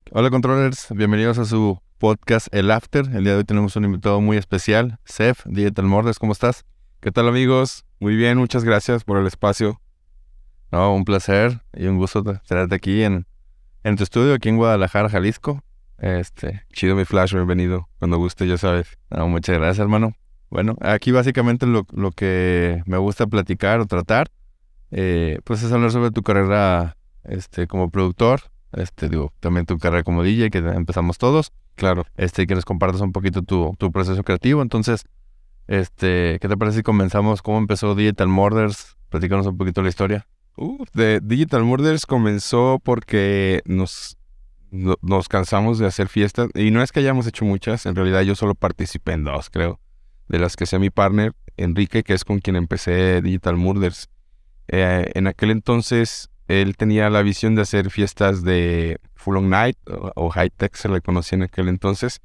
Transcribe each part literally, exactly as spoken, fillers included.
Hola controllers, bienvenidos a su podcast El After. El día de hoy tenemos un invitado muy especial, Sef, Digital Murders. ¿Cómo estás? ¿Qué tal, amigos? Muy bien, muchas gracias por el espacio. No, un placer y un gusto te- tenerte aquí en, en tu estudio, aquí en Guadalajara, Jalisco. Este, Chido, mi Flash, bienvenido. Cuando guste, ya sabes. no, muchas gracias, hermano. Bueno, aquí básicamente lo, lo que me gusta platicar o tratar, eh, pues es hablar sobre tu carrera, este, como productor. Este, digo, también tu carrera como D J, que empezamos todos. Claro. Este, y que nos compartas un poquito tu, tu proceso creativo. Entonces, Este, ¿qué te parece si comenzamos? ¿Cómo empezó Digital Murders? Platícanos un poquito la historia. Uh, de Digital Murders comenzó porque nos, no- nos cansamos de hacer fiestas. Y no es que hayamos hecho muchas, en realidad yo solo participé en dos, creo. De las que sea mi partner, Enrique, que es con quien empecé Digital Murders. Eh, en aquel entonces, él tenía la visión de hacer fiestas de Full On Night o, o High Tech, se le conocía en aquel entonces.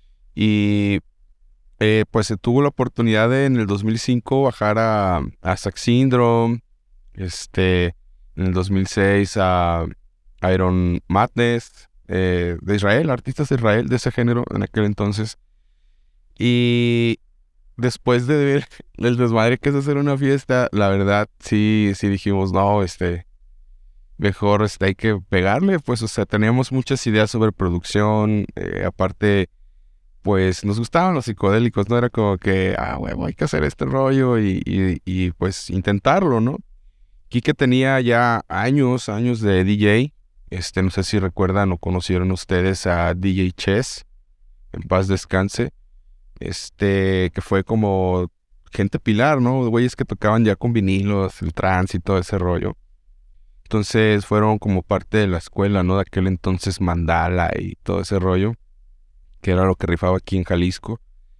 Y Eh, pues se tuvo la oportunidad de en el dos mil cinco bajar a, a Sax Syndrome, este, en el dos mil seis a Iron Madness, eh, de Israel, artistas de Israel de ese género en aquel entonces. Y después de ver el desmadre que es hacer una fiesta, la verdad sí, sí dijimos, no, este, mejor este, hay que pegarle, pues, o sea, teníamos muchas ideas sobre producción, eh, aparte pues nos gustaban los psicodélicos, ¿no? Era como que, ah, huevo, hay que hacer este rollo y, y, y, pues intentarlo, ¿no? Quique tenía ya años, años de D J. Este, no sé si recuerdan o conocieron ustedes a D J Chess, en paz descanse. Este, que fue como gente pilar, ¿no? Güeyes que tocaban ya con vinilos, el trance y todo ese rollo. Entonces fueron como parte de la escuela, ¿no? De aquel entonces Mandala y todo ese rollo, que era lo que rifaba aquí en Jalisco.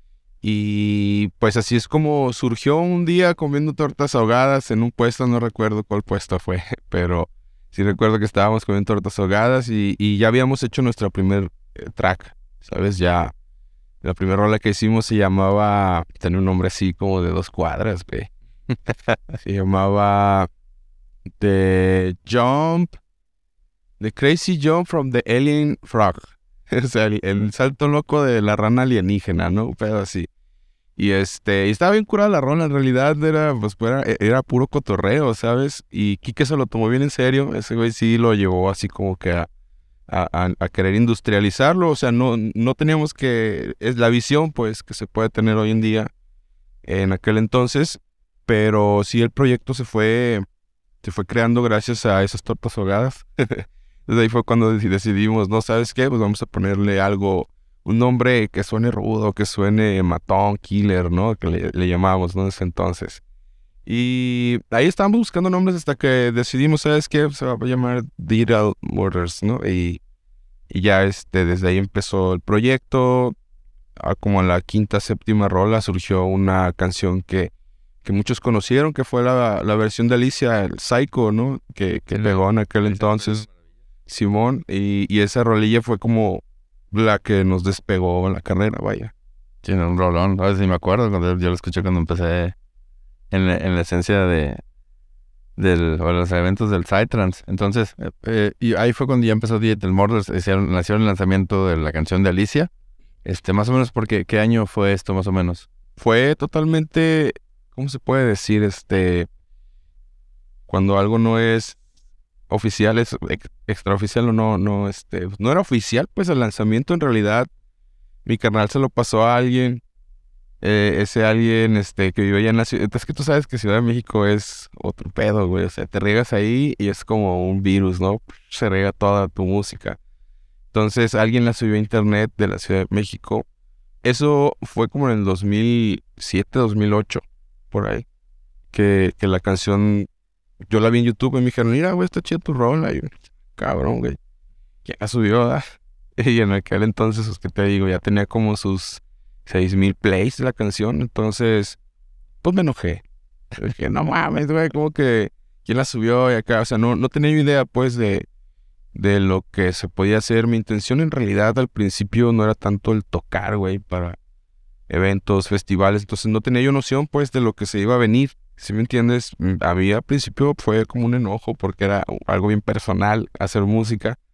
Y pues así es como surgió un día comiendo tortas ahogadas en un puesto, no recuerdo cuál puesto fue, pero sí recuerdo que estábamos comiendo tortas ahogadas y, y ya habíamos hecho nuestro primer eh, track, ¿sabes? Ya la primera rola que hicimos se llamaba, tenía un nombre así como de dos cuadras, güey. Se llamaba The Jump, The Crazy Jump from the Alien Frog. O sea, el, el salto loco de la rana alienígena, ¿no? Un pedo así. Y este, y estaba bien curada la rola, en realidad era, pues, era, era puro cotorreo, ¿sabes? Y Quique se lo tomó bien en serio, ese güey sí lo llevó así como que a, a, a- a querer industrializarlo, o sea, no, no teníamos que, es la visión, pues, que se puede tener hoy en día, en aquel entonces, pero sí el proyecto se fue, se fue creando gracias a esas tortas ahogadas. Desde ahí fue cuando deci- decidimos, ¿no? ¿Sabes qué? Pues vamos a ponerle algo, un nombre que suene rudo, que suene matón, killer, ¿no? Que le, le llamamos, ¿no? En ese entonces. Y ahí estábamos buscando nombres hasta que decidimos, ¿sabes qué? Se va a llamar Digital Murders, ¿no? Y, y ya este, desde ahí empezó el proyecto. A como en la quinta, séptima rola surgió una canción que, que muchos conocieron, que fue la, la versión de Alicia, el Psycho, ¿no? Que, que pegó en aquel entonces. Simón, y, y esa rolilla fue como la que nos despegó en la carrera, vaya. Tiene un rolón, a ver si me acuerdo, cuando yo lo escuché cuando empecé en la, en la esencia de, del, o los eventos del Psytrance. Entonces, eh, eh, y ahí fue cuando ya empezó Digital Murders, hicieron, nació el lanzamiento de la canción de Alicia. Este, más o menos, porque, ¿qué año fue esto, más o menos? Fue totalmente, ¿cómo se puede decir? Este, cuando algo no es oficial, es ex- extraoficial o no, no, este, no era oficial, pues el lanzamiento en realidad, mi carnal se lo pasó a alguien. Eh, ese alguien este, que vive allá en la ciudad. Es que tú sabes que Ciudad de México es otro pedo, güey. O sea, te riegas ahí y es como un virus, ¿no? Se riega toda tu música. Entonces, alguien la subió a internet de la Ciudad de México. Eso fue como en el dos mil siete, dos mil ocho, por ahí. Que, que la canción, yo la vi en YouTube y me dijeron, mira, güey, está chida tu rola. Y yo, cabrón, güey. ¿Quién la subió, ah? Y en aquel entonces, pues, ¿qué te digo? Ya tenía como sus seis mil plays de la canción. Entonces, pues me enojé. Dije, no mames, güey, como que quién la subió y acá. O sea, no, no tenía idea, pues, de, de lo que se podía hacer. Mi intención en realidad al principio no era tanto el tocar, güey, para eventos, festivales. Entonces no tenía yo noción, pues, de lo que se iba a venir. ¿Sí me entiendes? Mm, Había al principio fue como un enojo porque era algo bien personal hacer música.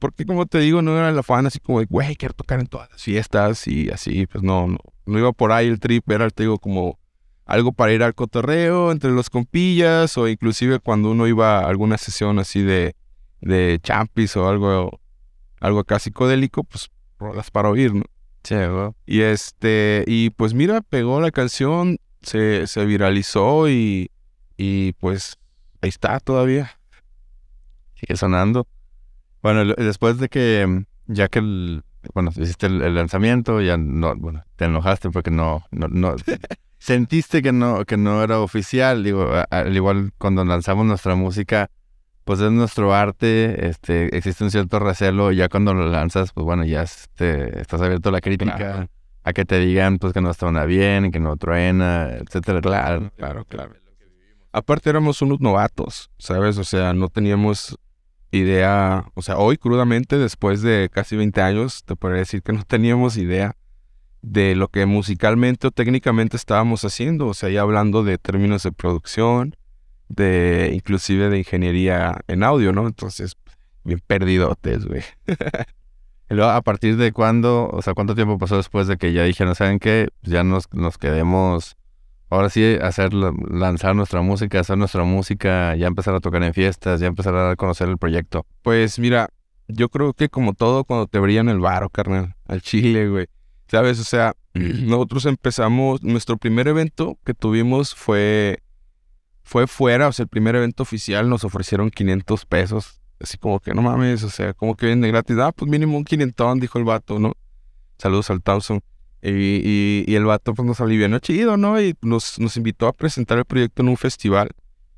porque como te digo, no era el afán así como de, güey, quiero tocar en todas las fiestas y así, pues no, no, no iba por ahí el trip, era, te digo, como algo para ir al cotorreo entre los compillas o inclusive cuando uno iba a alguna sesión así de, de champis o algo, algo acá psicodélico, pues rolas para oír, ¿no? Sí, güey. Y este, y pues mira, pegó la canción, se, se viralizó y, y pues ahí está todavía. Sigue sonando. Bueno, lo- después de que, mm, ya que el, bueno, hiciste el, el lanzamiento, ya no, bueno, te enojaste porque no, no, no, sentiste que no, que no era oficial. Digo, a- a- al igual cuando lanzamos nuestra música, pues es nuestro arte, este, existe un cierto recelo, ya cuando lo lanzas, pues bueno, ya este, estás abierto a la crítica, Claro. a que te digan pues que no suena bien, que no truena, etcétera. Claro, claro, claro. Aparte éramos unos novatos, ¿sabes? O sea, no teníamos idea, o sea, hoy crudamente, después de casi veinte años, te podría decir que no teníamos idea de lo que musicalmente o técnicamente estábamos haciendo, o sea, ya hablando de términos de producción, de inclusive de ingeniería en audio, ¿no? Entonces, bien perdidotes, güey. Y luego, ¿a partir de cuándo, o sea, cuánto tiempo pasó después de que ya dijeron, ¿saben qué? Pues ya nos, nos quedemos, ahora sí, hacer, la- lanzar nuestra música, hacer nuestra música, ya empezar a tocar en fiestas, ya empezar a dar a conocer el proyecto? Pues mira, yo creo que como todo, cuando te brillan el varo, carnal, al chile, güey. ¿Sabes? O sea, nosotros empezamos, nuestro primer evento que tuvimos fue, fue fuera, o sea, el primer evento oficial nos ofrecieron quinientos pesos. Así como que no mames, o sea, como que viene de gratis. Ah, pues mínimo un quinientón, dijo el vato, ¿no? Saludos al Thousand. Y, y, y el vato pues nos alivianó chido, ¿no? Y nos, nos invitó a presentar el proyecto en un festival.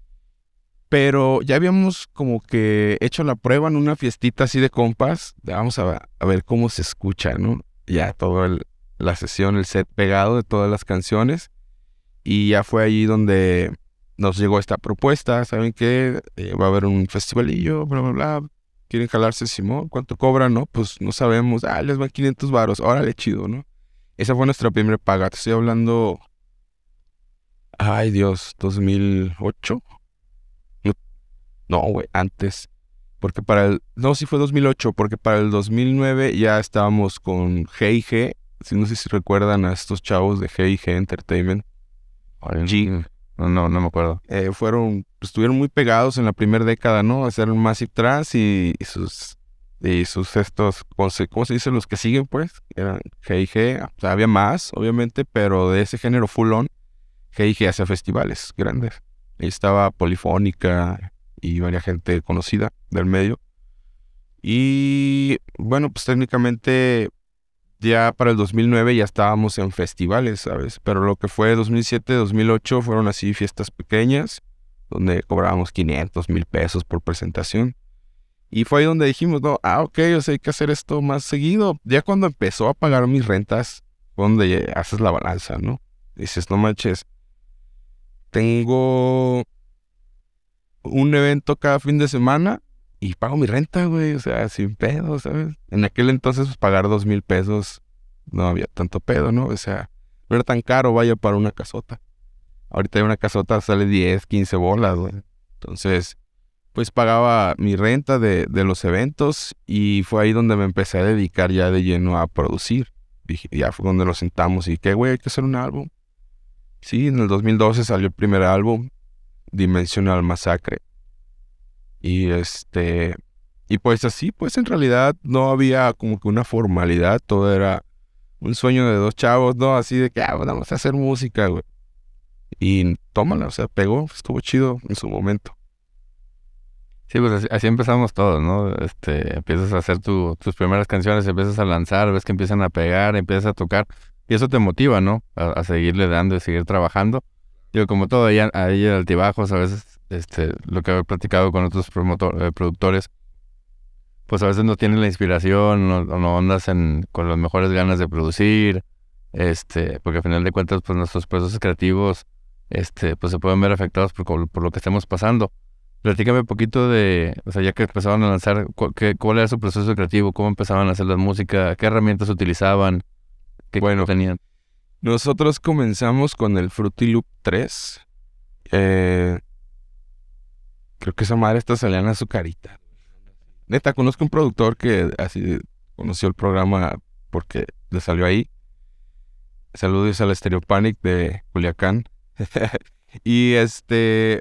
Pero ya habíamos como que hecho la prueba en una fiestita así de compas. De vamos a, a ver cómo se escucha, ¿no? Ya toda la sesión, el set pegado de todas las canciones. Y ya fue ahí donde nos llegó esta propuesta. ¿Saben qué? Eh, va a haber un festivalillo, bla, bla, bla. ¿Quieren jalarse, Simón? ¿Cuánto cobran, no? Pues no sabemos. Ah, les van quinientos varos. Órale, chido, ¿no? Esa fue nuestra primera paga. Te estoy hablando... Ay, Dios, ¿dos mil ocho? No, no, güey, antes. Porque para el... No, sí fue dos mil ocho, porque para el dos mil nueve ya estábamos con G y G. Si no sé si recuerdan a estos chavos de G y G Entertainment. Ay, G. No, no, no me acuerdo. Eh, fueron... pues, estuvieron muy pegados en la primera década, ¿no? Hacer un Massive Trance y, y sus... Y sus estos... ¿Cómo se, cómo se dice? Los que siguen, pues. Eran G y G. O sea, había más, obviamente, pero de ese género full on, G y G hacía festivales grandes. Ahí estaba Polifónica y varias gente conocida del medio. Y bueno, pues técnicamente ya para el dos mil nueve ya estábamos en festivales, ¿sabes? Pero lo que fue dos mil siete, dos mil ocho fueron así fiestas pequeñas, donde cobrábamos quinientos mil pesos por presentación. Y fue ahí donde dijimos, no, ah, ok, o sea, hay que hacer esto más seguido. Ya cuando empezó a pagar mis rentas, fue donde haces la balanza, ¿no? Dices, no manches, tengo un evento cada fin de semana y pago mi renta, güey, o sea, sin pedo, ¿sabes? En aquel entonces, pues, pagar dos mil pesos no había tanto pedo, ¿no? O sea, no era tan caro, vaya, para una casota. Ahorita una casota sale diez, quince bolas, güey. Entonces, pues pagaba mi renta de, de los eventos y fue ahí donde me empecé a dedicar ya de lleno a producir. Dije, ya fue donde nos sentamos y que, güey, hay que hacer un álbum. Sí, en el dos mil doce salió el primer álbum, Dimensional Massacre. Y este, y pues así, pues en realidad no había como que una formalidad, todo era un sueño de dos chavos, ¿no? Así de que, ah, bueno, vamos a hacer música, güey. Y tómala, o sea, pegó, estuvo chido en su momento. Sí, pues así, así empezamos todos, ¿no? Este, empiezas a hacer tu- tus primeras canciones, empiezas a lanzar, ves que empiezan a pegar, empiezas a tocar, y eso te motiva, ¿no? A, a seguirle dando y seguir trabajando. Digo, como todo, ahí, ahí hay altibajos, a veces, este, lo que he platicado con otros promotor- eh, productores, pues a veces no tienen la inspiración, no, o no andas en, con las mejores ganas de producir, este, porque al final de cuentas, pues nuestros procesos creativos, este, pues se pueden ver afectados por, co- por lo que estemos pasando. Platícame un poquito de, o sea, ya que empezaban a lanzar, cu- qué- ¿cuál era su proceso creativo? ¿Cómo empezaban a hacer la música? ¿Qué herramientas utilizaban? ¿Qué Bueno, tenían? nosotros comenzamos con el Fruity Loop tres. Eh, creo que esa madre está salían a su carita. neta, conozco un productor que así conoció el programa porque le salió ahí. Saludos al Stereo Panic de Culiacán. Y este,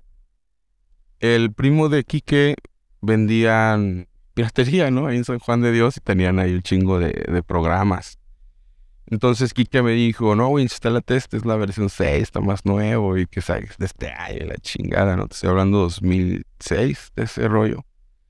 el primo de Quique vendían piratería, ¿no? Ahí en San Juan de Dios y tenían ahí un chingo de, de programas. Entonces Quique me dijo, no, güey, instálate este, es la versión seis, está más nuevo y que sabes de este año, la chingada, ¿no? Te estoy hablando dos mil seis, de ese rollo.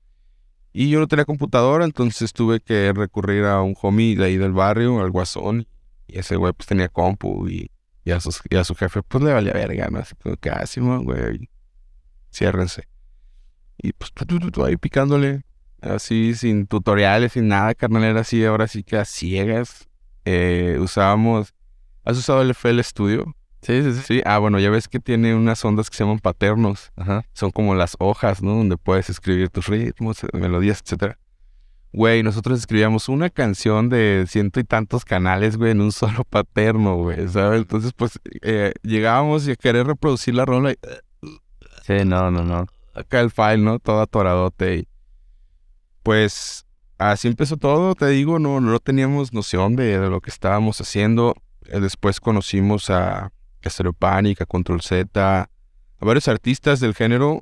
Y yo no tenía computadora, entonces tuve que recurrir a un homie de ahí del barrio, al Guasón. Y ese güey pues tenía compu y, y, a, sus, y a su jefe pues le valía verga, ¿no? Así como que, ah, Simón, güey, ciérrense. Y pues tú, tú, tú, tú, ahí picándole, así sin tutoriales, sin nada, carnal, era así, ahora sí que a ciegas. Eh, usábamos, ¿has usado el F L Studio? Sí, sí, sí. Sí, ah, bueno, ya ves que tiene unas ondas que se llaman paternos. Ajá. Son como las hojas, ¿no? Donde puedes escribir tus ritmos, melodías, etcétera. Güey, nosotros escribíamos una canción de ciento y tantos canales, güey, en un solo paterno, güey, ¿sabes? Entonces, pues, eh, llegábamos y a querer reproducir la rola y Sí, no, no, no. acá el file, ¿no? Todo atoradote y... Pues, así empezó todo, te digo, no, no teníamos noción de, de lo que estábamos haciendo. Eh, después conocimos a Stereo Panic, a Control Z, a varios artistas del género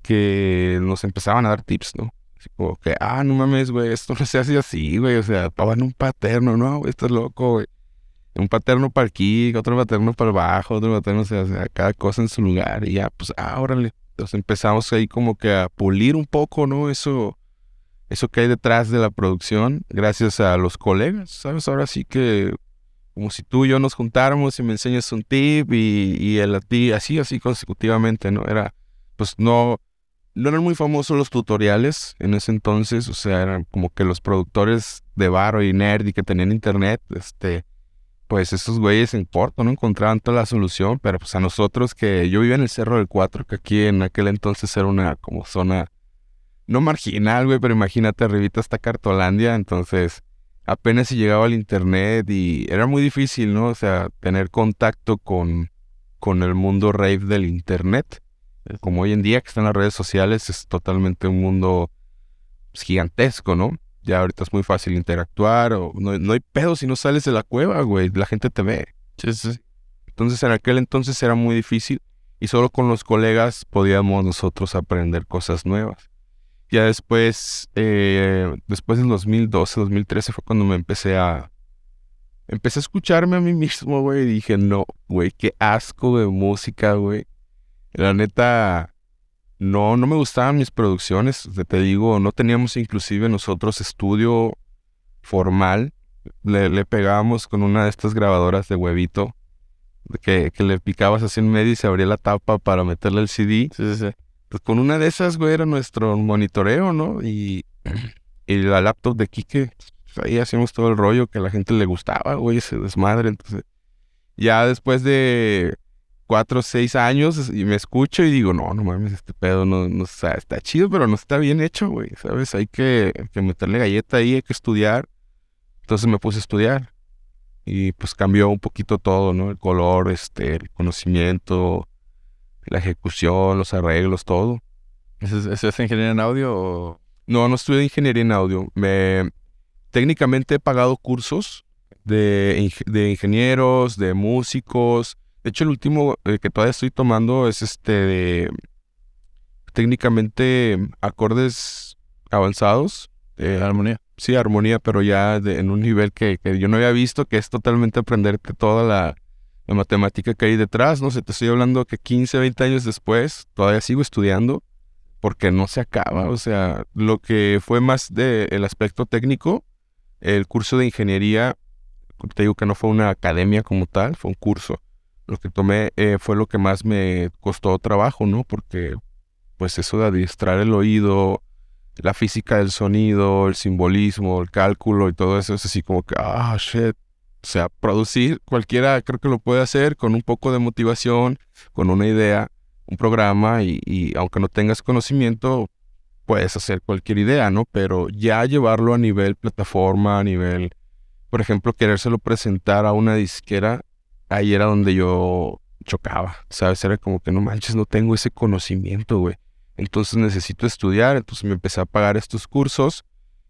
que nos empezaban a dar tips, ¿no? Así como que, ah, no mames, güey, esto no se hace así, güey, o sea, pagan un paterno, no, güey, estás loco, güey. Un paterno para el kick, otro paterno para el bajo, otro paterno, o sea, o sea, cada cosa en su lugar, y ya, pues, ah, órale. Entonces empezamos ahí como que a pulir un poco, ¿no? Eso, eso que hay detrás de la producción, gracias a los colegas, ¿sabes? Ahora sí que, como si tú y yo nos juntáramos y me enseñas un tip y, y él a ti, así, así consecutivamente, ¿no? Era, pues, no... No eran muy famosos los tutoriales en ese entonces, o sea, eran como que los productores de Varo y Nerd y que tenían internet, este, pues esos güeyes en corto no encontraban toda la solución, pero pues a nosotros que yo vivía en el Cerro del Cuatro, que aquí en aquel entonces era una como zona, no marginal, güey, pero imagínate, arribita hasta Cartolandia, entonces apenas si llegaba al internet y era muy difícil, ¿no? O sea, tener contacto con, con el mundo rave del internet. Como hoy en día que están las redes sociales, es totalmente un mundo pues, gigantesco, ¿no? Ya ahorita es muy fácil interactuar, o no, no hay pedo si no sales de la cueva, güey, la gente te ve. Sí, sí, sí. Entonces en aquel entonces era muy difícil y solo con los colegas podíamos nosotros aprender cosas nuevas. Ya después, eh, después del dos mil doce, dos mil trece fue cuando me empecé a... Empecé a escucharme a mí mismo, güey, y dije, no, güey, qué asco de música, güey. La neta, no, no me gustaban mis producciones, te, te digo, no teníamos inclusive nosotros estudio formal, le, le pegábamos con una de estas grabadoras de huevito, que, que le picabas así en medio y se abría la tapa para meterle el C D. Sí, sí, sí. Pues con una de esas, güey, era nuestro monitoreo, ¿no? Y, y la laptop de Quique, pues ahí hacíamos todo el rollo que a la gente le gustaba, güey, ese desmadre. Entonces, ya después de cuatro o seis años, y me escucho y digo, no, no mames, este pedo no, no, o sea, está chido, pero no está bien hecho, güey, ¿sabes? Hay que, que meterle galleta ahí, hay que estudiar. Entonces me puse a estudiar y pues cambió un poquito todo, ¿no? El color, este, el conocimiento, la ejecución, los arreglos, todo. ¿Eso es, eso es ingeniería en audio o...? No, no estudié ingeniería en audio. Me, técnicamente he pagado cursos de, ing- de ingenieros, de músicos. De hecho, el último eh, que todavía estoy tomando es este de técnicamente acordes avanzados. eh, Armonía. sí, armonía, pero ya de- en un nivel que, que yo no había visto, que es totalmente aprenderte toda la, la matemática que hay detrás. No sé, te estoy hablando que quince, veinte años después todavía sigo estudiando porque no se acaba. O sea, lo que fue más del aspecto técnico, el curso de ingeniería, te digo que no fue una academia como tal, fue un curso. Lo que tomé eh, fue lo que más me costó trabajo, ¿no? Porque, pues, eso de adiestrar el oído, la física del sonido, el simbolismo, el cálculo y todo eso, es así como que, ah, shit. O sea, producir, cualquiera creo que lo puede hacer con un poco de motivación, con una idea, un programa, y, y aunque no tengas conocimiento, puedes hacer cualquier idea, ¿no? Pero ya llevarlo a nivel plataforma, a nivel, por ejemplo, querérselo presentar a una disquera, ahí era donde yo chocaba, ¿sabes? Era como que no manches, no tengo ese conocimiento, güey. entonces necesito estudiar, entonces me empecé a pagar estos cursos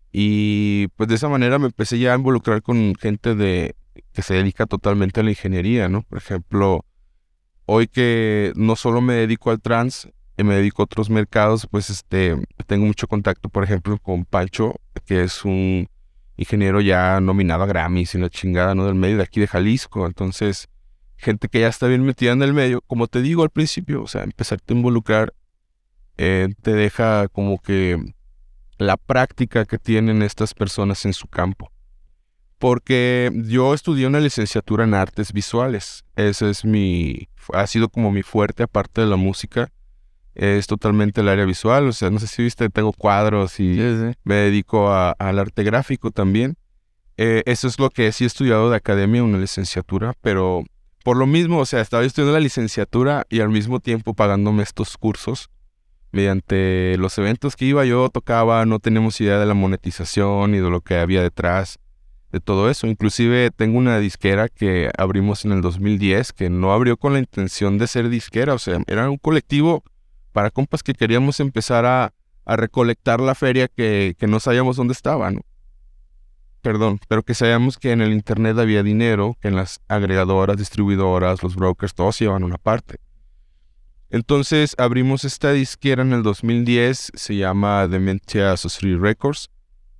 y pues de esa manera me empecé ya a involucrar con gente de que se dedica totalmente a la ingeniería, ¿no? Por ejemplo, hoy que no solo me dedico al trans, eh, me dedico a otros mercados, pues este, tengo mucho contacto, por ejemplo, con Pancho, que es un ingeniero ya nominado a Grammys y la chingada, ¿no? Del medio de aquí de Jalisco. Entonces, gente que ya está bien metida en el medio, como te digo al principio, o sea, empezarte a involucrar eh, te deja como que la práctica que tienen estas personas en su campo. Porque yo estudié una licenciatura en artes visuales. Ese es mi, ha sido como mi fuerte, aparte de la música. Es totalmente el área visual. O sea, no sé si viste, tengo cuadros y Sí, sí. me dedico a- al arte gráfico también. Eh, eso es lo que sí he estudiado de academia, una licenciatura, pero por lo mismo, o sea, estaba estudiando la licenciatura y al mismo tiempo pagándome estos cursos. Mediante los eventos que iba yo tocaba, no teníamos idea de la monetización y de lo que había detrás de todo eso. Inclusive tengo una disquera que abrimos en el dos mil diez que no abrió con la intención de ser disquera. O sea, era un colectivo para compas que queríamos empezar a, a recolectar la feria que, que no sabíamos dónde estaba, ¿no? Perdón, pero que sabíamos que en el internet había dinero, que en las agregadoras, distribuidoras, los brokers, todos llevan una parte. Entonces abrimos esta disquera en el dos mil diez, se llama Dementia Society Records,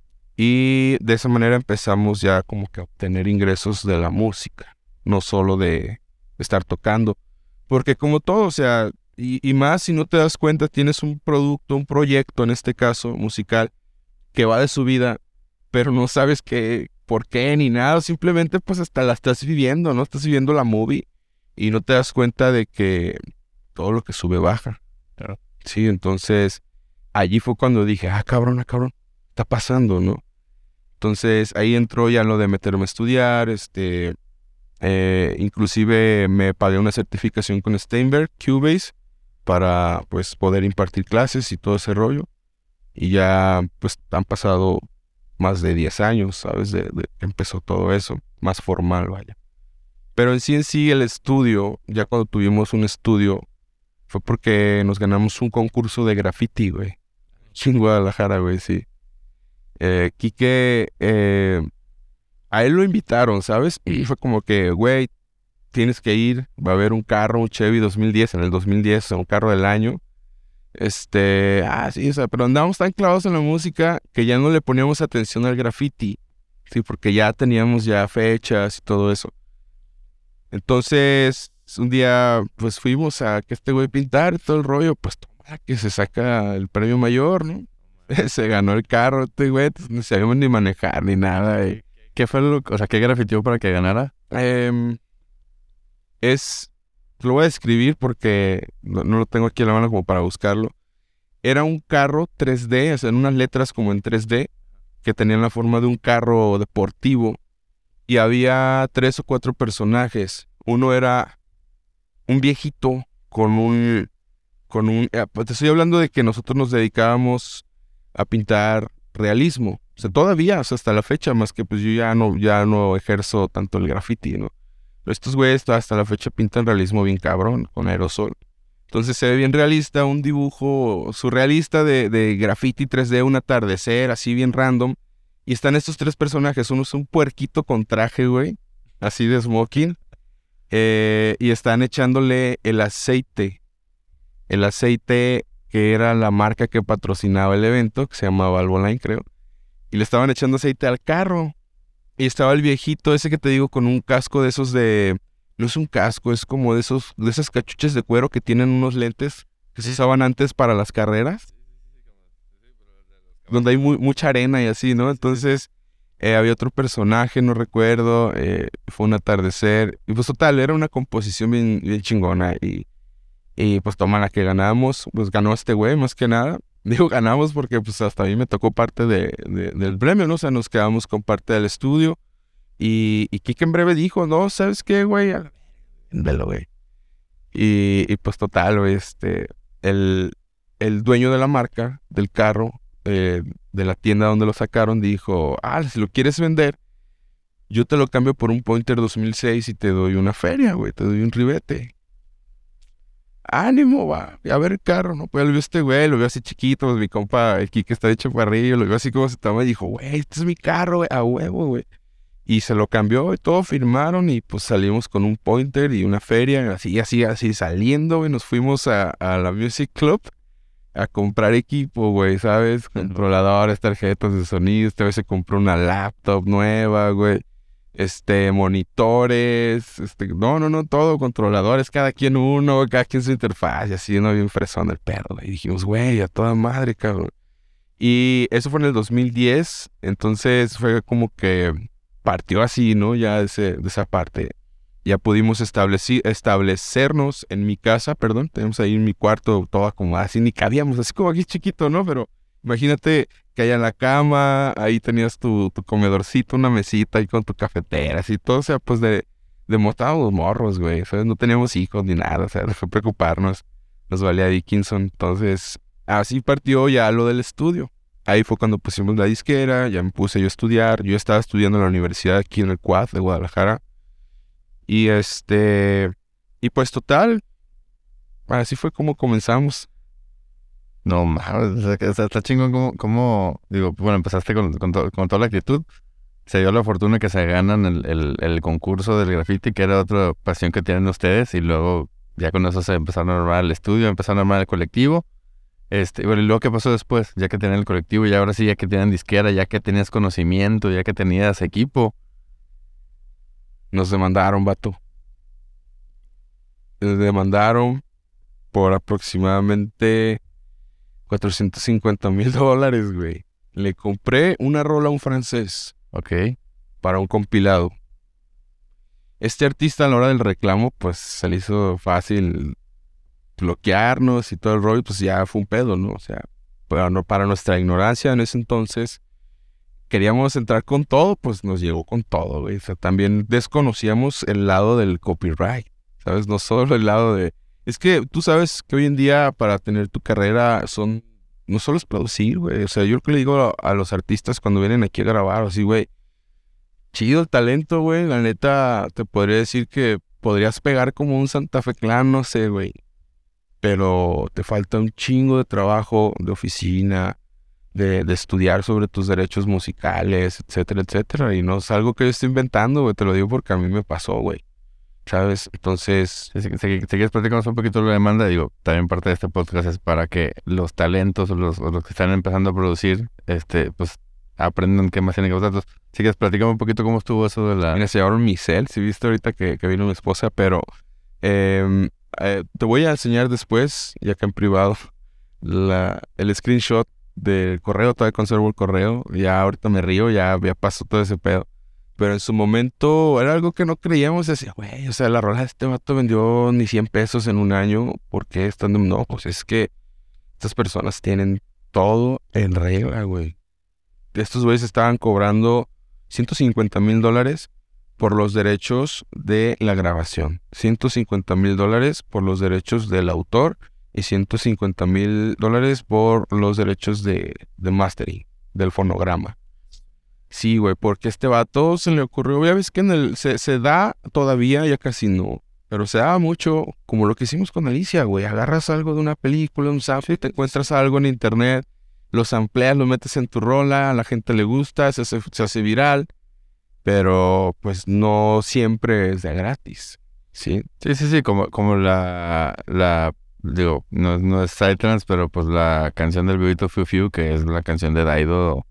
y de esa manera empezamos ya como que a obtener ingresos de la música, no solo de estar tocando, porque como todo, o sea, y, y más si no te das cuenta, tienes un producto, un proyecto, en este caso musical, que va de su vida, pero no sabes qué, por qué ni nada, simplemente pues hasta la estás viviendo, ¿no? Estás viviendo la movie y no te das cuenta de que todo lo que sube baja. Claro. Sí, entonces allí fue cuando dije, ah, cabrón, ah, cabrón, está pasando, ¿no? Entonces ahí entró ya lo de meterme a estudiar, este, eh, inclusive me pagué una certificación con Steinberg, Cubase, para pues poder impartir clases y todo ese rollo. Y ya pues han pasado más de diez años, ¿sabes? De, de que empezó todo eso, más formal, vaya. Pero en sí en sí el estudio, ya cuando tuvimos un estudio, fue porque nos ganamos un concurso de graffiti, güey. En Guadalajara, güey, sí. Eh, Quique, eh, a él lo invitaron, ¿sabes? Y fue como que, güey, tienes que ir, va a haber un carro, un Chevy dos mil diez, en el dos mil diez, o sea, un carro del año. Este, ah, sí, o sea, pero andábamos tan clavados en la música que ya no le poníamos atención al graffiti, sí, porque ya teníamos ya fechas y todo eso. Entonces, un día, pues fuimos a que este güey pintar y todo el rollo, pues toma, que se saca el premio mayor, ¿no? Se ganó el carro, este güey, pues, no sabíamos ni manejar ni nada. Y, ¿Qué fue lo, o sea, qué grafiteó para que ganara? em, es, lo voy a describir porque no, no lo tengo aquí a la mano como para buscarlo. Era un carro tres D, o sea, en unas letras como en tres D, que tenían la forma de un carro deportivo. Y había tres o cuatro personajes. Uno era un viejito con un... con un eh, pues te estoy hablando de que nosotros nos dedicábamos a pintar realismo. O sea, todavía, o sea, hasta la fecha, más que pues yo ya no, ya no ejerzo tanto el graffiti, ¿no? Pero estos güeyes hasta la fecha pintan realismo bien cabrón, con aerosol. Entonces se ve bien realista, un dibujo surrealista de, de graffiti tres D, un atardecer, así bien random. Y están estos tres personajes. Uno es un puerquito con traje, güey, así de smoking. Eh, y están echándole el aceite. El aceite que era la marca que patrocinaba el evento, que se llamaba Alboline, creo. Y le estaban echando aceite al carro. Y estaba el viejito ese que te digo con un casco de esos de... No es un casco, es como de esos de esas cachuchas de cuero que tienen unos lentes que se usaban antes para las carreras. Donde hay muy, mucha arena y así, ¿no? Entonces, eh, había otro personaje, no recuerdo, eh, fue un atardecer. Y pues total, era una composición bien, bien chingona. Y, y pues toma la que ganamos, pues ganó este güey más que nada. Digo ganamos porque pues hasta a mí me tocó parte de, de- del premio, ¿no? O sea, nos quedamos con parte del estudio. Y, y Kike en breve dijo, no, ¿sabes qué, güey? A la- Véndelo, güey. Y, y pues total, güey, este, el, el dueño de la marca, del carro, eh, de la tienda donde lo sacaron, dijo, ah, si lo quieres vender, yo te lo cambio por un Pointer dos mil seis y te doy una feria, güey, te doy un ribete. ánimo, va, a ver el carro, ¿no? Pues lo vio este güey, lo vio así chiquito, pues mi compa, el Kike está hecho para arriba, lo vio así como se estaba y dijo, güey, este es mi carro, güey, a huevo, güey. Y se lo cambió y todo, firmaron y pues salimos con un Pointer y una feria, así, así, así, saliendo, güey, nos fuimos a, a la Music Club a comprar equipo, güey, ¿sabes? Controladores, tarjetas de sonido, esta vez se compró una laptop nueva, güey. Este, monitores, este, no, no, no, todo, controladores, cada quien uno, cada quien su interfaz, y así, no, bien fresón el perro, y dijimos, güey, a toda madre, cabrón. Y eso fue en el dos mil diez, entonces fue como que partió así, ¿no? Ya ese, de esa parte. Ya pudimos establecer, establecernos en mi casa, perdón, tenemos ahí en mi cuarto, todo acomodado, así ni cabíamos, así como aquí chiquito, ¿no? Pero imagínate que haya la cama, ahí tenías tu, tu comedorcito, una mesita ahí con tu cafetera, así todo, o sea, pues de, de estábamos morros, güey, ¿sabes? No teníamos hijos ni nada, o sea, dejó de preocuparnos, nos valía Dickinson, entonces así partió ya lo del estudio. Ahí fue cuando pusimos la disquera, ya me puse yo a estudiar, yo estaba estudiando en la universidad aquí en el C U A D de Guadalajara, y este, y pues total, así fue como comenzamos. No mames, o sea, que está, está chingón como, como, digo, bueno, empezaste con, con, to- con toda la actitud. Se dio la fortuna que se ganan el, el, el concurso del graffiti, que era otra pasión que tienen ustedes, y luego ya con eso se empezaron a armar el estudio, empezaron a armar el colectivo. Este, bueno, y luego ¿qué pasó después? Ya que tenían el colectivo y ahora sí, ya que tienen disquera, ya que tenías conocimiento, ya que tenías equipo. Nos demandaron, vato. Nos demandaron por aproximadamente cuatrocientos cincuenta mil dólares, güey. Le compré una rola a un francés. Ok. Para un compilado. Este artista a la hora del reclamo, pues se le hizo fácil bloquearnos y todo el rollo, pues ya fue un pedo, ¿no? O sea, para, no, para nuestra ignorancia en ese entonces, queríamos entrar con todo, pues nos llegó con todo, güey. O sea, también desconocíamos el lado del copyright, ¿sabes? No solo el lado de... Es que tú sabes que hoy en día para tener tu carrera son... No solo es producir, güey. O sea, yo lo que le digo a, a los artistas cuando vienen aquí a grabar, así, güey, chido el talento, güey. La neta, te podría decir que podrías pegar como un Santa Fe Clan, no sé, güey. Pero te falta un chingo de trabajo, de oficina, de, de estudiar sobre tus derechos musicales, etcétera, etcétera. Y no es algo que yo estoy inventando, güey. Te lo digo porque a mí me pasó, güey. ¿Sabes? Entonces... Si, si, si quieres platicarnos un poquito de la demanda, digo, también parte de este podcast es para que los talentos o los, o los que están empezando a producir, este, pues, aprendan qué más tienen que vosotros. Si quieres platicarme un poquito cómo estuvo eso de la... Mira, se llevaron mi cel, si viste ahorita que, que vino mi esposa, pero eh, eh, te voy a enseñar después, ya que en privado, la, el screenshot del correo. Todavía conservo el correo, ya ahorita me río, ya, ya pasó todo ese pedo. Pero en su momento era algo que no creíamos, decía, güey, o sea, la rola de este vato vendió ni cien pesos en un año, ¿por qué están de... No, pues es que estas personas tienen todo en regla, güey. Estos güeyes estaban cobrando ciento cincuenta mil dólares por los derechos de la grabación, ciento cincuenta mil dólares por los derechos del autor y ciento cincuenta mil dólares por los derechos de, de mastering, del fonograma. Sí, güey, porque a este vato se le ocurrió, ya ves que en el, se, se da todavía, ya casi no, pero se da mucho, como lo que hicimos con Alicia, güey, agarras algo de una película, un sample, te encuentras algo en internet, los amplias, lo metes en tu rola, a la gente le gusta, se hace, se hace viral, pero pues no siempre es de gratis, ¿sí? Sí, sí, sí, como, como la, la, digo, no, no es Psytrance, pero pues la canción del Bebito Fiu Fiu, que es la canción de Daido,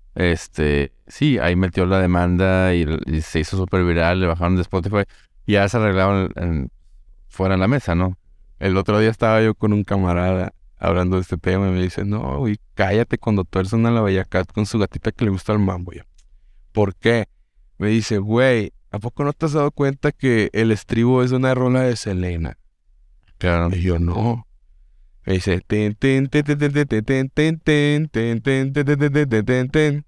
este, sí, ahí metió la demanda y, y se hizo súper viral, le bajaron de Spotify y ya se arreglaron en, en- fuera en la mesa, ¿no? El otro día estaba yo con un camarada hablando de este tema y me dice, no, güey, cállate cuando tuerzan a la Bellacat con su gatita que le gusta el mambo. Yo, ¿por qué? Me dice, güey, ¿a poco no te has dado cuenta que el estribo es una rola de Selena? Claro. Y yo, no. Me dice, ten, ten, ten, ten, ten, ten, ten, ten, ten, ten, ten, ten, ten, ten, ten, ten, ten, ten.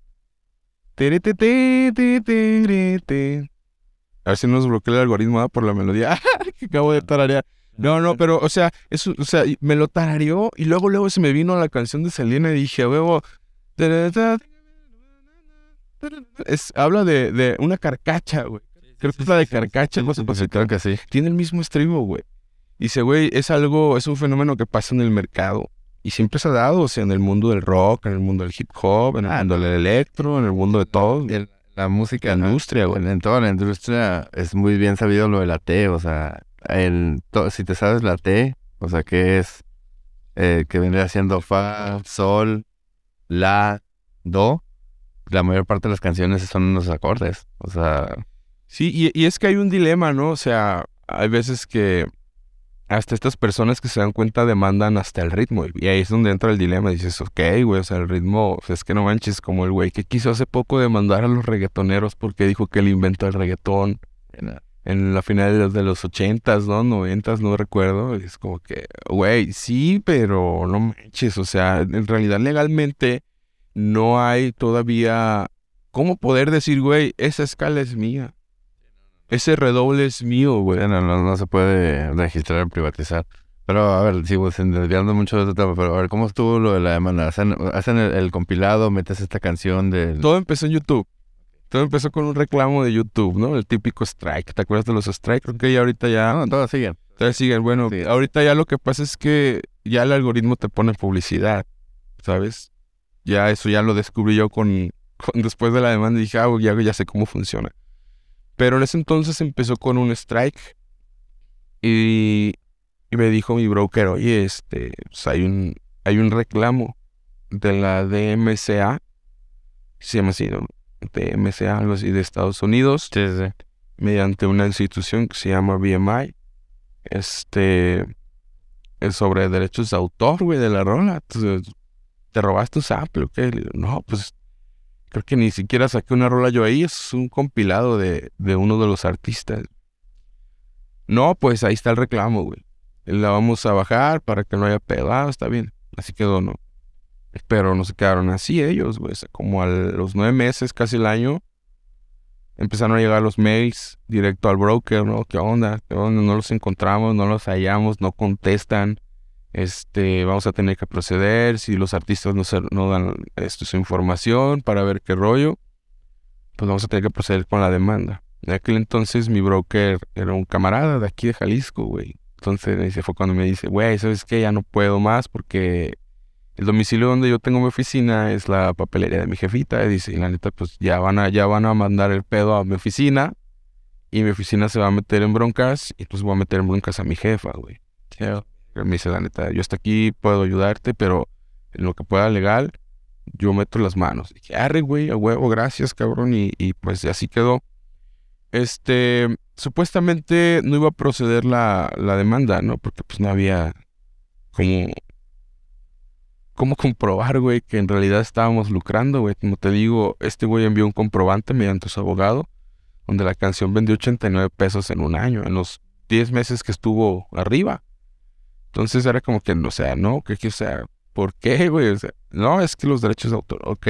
Tere, te, te, te, tere, te. A ver si no nos bloquea el algoritmo, ¿ah? Por la melodía que acabo de tararear. No, no, pero, o sea, eso, o sea, y me lo tarareó y luego, luego se me vino la canción de Selena y dije, a huevo, es, habla de, de una carcacha, güey. Creo que es la de carcacha, Sí, cosa, sí, cosa, sí, claro que sí. tiene el mismo estribo, güey. Dice, güey, es algo, es un fenómeno que pasa en el mercado. Y siempre se ha dado, o sea, en el mundo del rock, en el mundo del hip hop, en el Ah, mundo del electro, en el mundo de todo. el- la música, La ajá, industria, güey. En, en toda la industria es muy bien sabido lo de la T, o sea, el, to- si te sabes la T, o sea, que es, eh, que vendría siendo fa, sol, la, do, la mayor parte de las canciones son unos acordes, o sea, Sí, y, y es que hay un dilema, ¿no? O sea, hay veces que hasta estas personas que se dan cuenta demandan hasta el ritmo. Y ahí es donde entra el dilema. Dices, ok, güey, o sea, el ritmo, pues es que no manches, como el güey que quiso hace poco demandar a los reggaetoneros porque dijo que él inventó el reggaetón en la final de los, de los ochentas, ¿no? Noventas, no recuerdo. Y es como que, güey, sí, pero no manches, o sea, en realidad legalmente no hay todavía cómo poder decir, güey, esa escala es mía. Ese redoble es mío, güey. no, no, no se puede registrar o privatizar. Pero, a ver, sigo sin- desviando mucho de este tema, pero a ver, ¿cómo estuvo lo de la demanda? ¿Hacen, hacen el, el compilado, metes esta canción del... Todo empezó en YouTube. Todo empezó con un reclamo de YouTube, ¿no? El típico strike. ¿Te acuerdas de los strikes? Creo que ya ahorita ya... No, todos siguen. Todavía siguen. Bueno, Sí. ahorita ya lo que pasa es que ya el algoritmo te pone publicidad, ¿sabes? Ya eso ya lo descubrí yo con, con- después de la demanda y dije, ah, ya, ya sé cómo funciona. Pero en ese entonces empezó con un strike y, y me dijo mi broker, oye, este, pues hay un, hay un reclamo de la D M C A, se llama así, ¿no? D M C A, algo así, de Estados Unidos, Sí, sí, sí. mediante una institución que se llama B M I, este, es sobre derechos de autor, güey, de la rola. Entonces, ¿te robaste un sample o qué? Le digo, no, pues, creo que ni siquiera saqué una rola yo ahí, es un compilado de, de uno de los artistas. No, pues ahí está el reclamo, güey. La vamos a bajar para que no haya pedo. Ah, está bien. Así quedó, ¿no? Pero no se quedaron así ellos, güey. O sea, como a los nueve meses, casi el año, empezaron a llegar los mails directo al broker, ¿no? ¿Qué onda? ¿Qué onda? No los encontramos, no los hallamos, no contestan. Este, vamos a tener que proceder. Si los artistas no, se, no dan esto, su información para ver qué rollo, pues vamos a tener que proceder con la demanda. En aquel entonces mi broker era un camarada de aquí de Jalisco, güey. Entonces ese fue cuando me dice, güey, ¿sabes qué? Ya no puedo más porque el domicilio donde yo tengo mi oficina es la papelería de mi jefita. Y dice, y la neta, pues ya van a, ya van a mandar el pedo a mi oficina y mi oficina se va a meter en broncas y pues voy a meter en broncas a mi jefa, güey. Me dice, la neta, yo hasta aquí puedo ayudarte, pero en lo que pueda legal, yo meto las manos. Y dije, arre, güey, a huevo, gracias, cabrón. Y, y pues así quedó. Este, supuestamente no iba a proceder la, la demanda, ¿no? Porque pues no había como, cómo comprobar, güey, que en realidad estábamos lucrando, güey. Como te digo, este güey envió un comprobante mediante su abogado, donde la canción vendió ochenta y nueve pesos en un año, en los diez meses que estuvo arriba. Entonces era como que, o sea, no, que, que o sea, ¿por qué, güey? O sea, no, es que los derechos de autor, ok.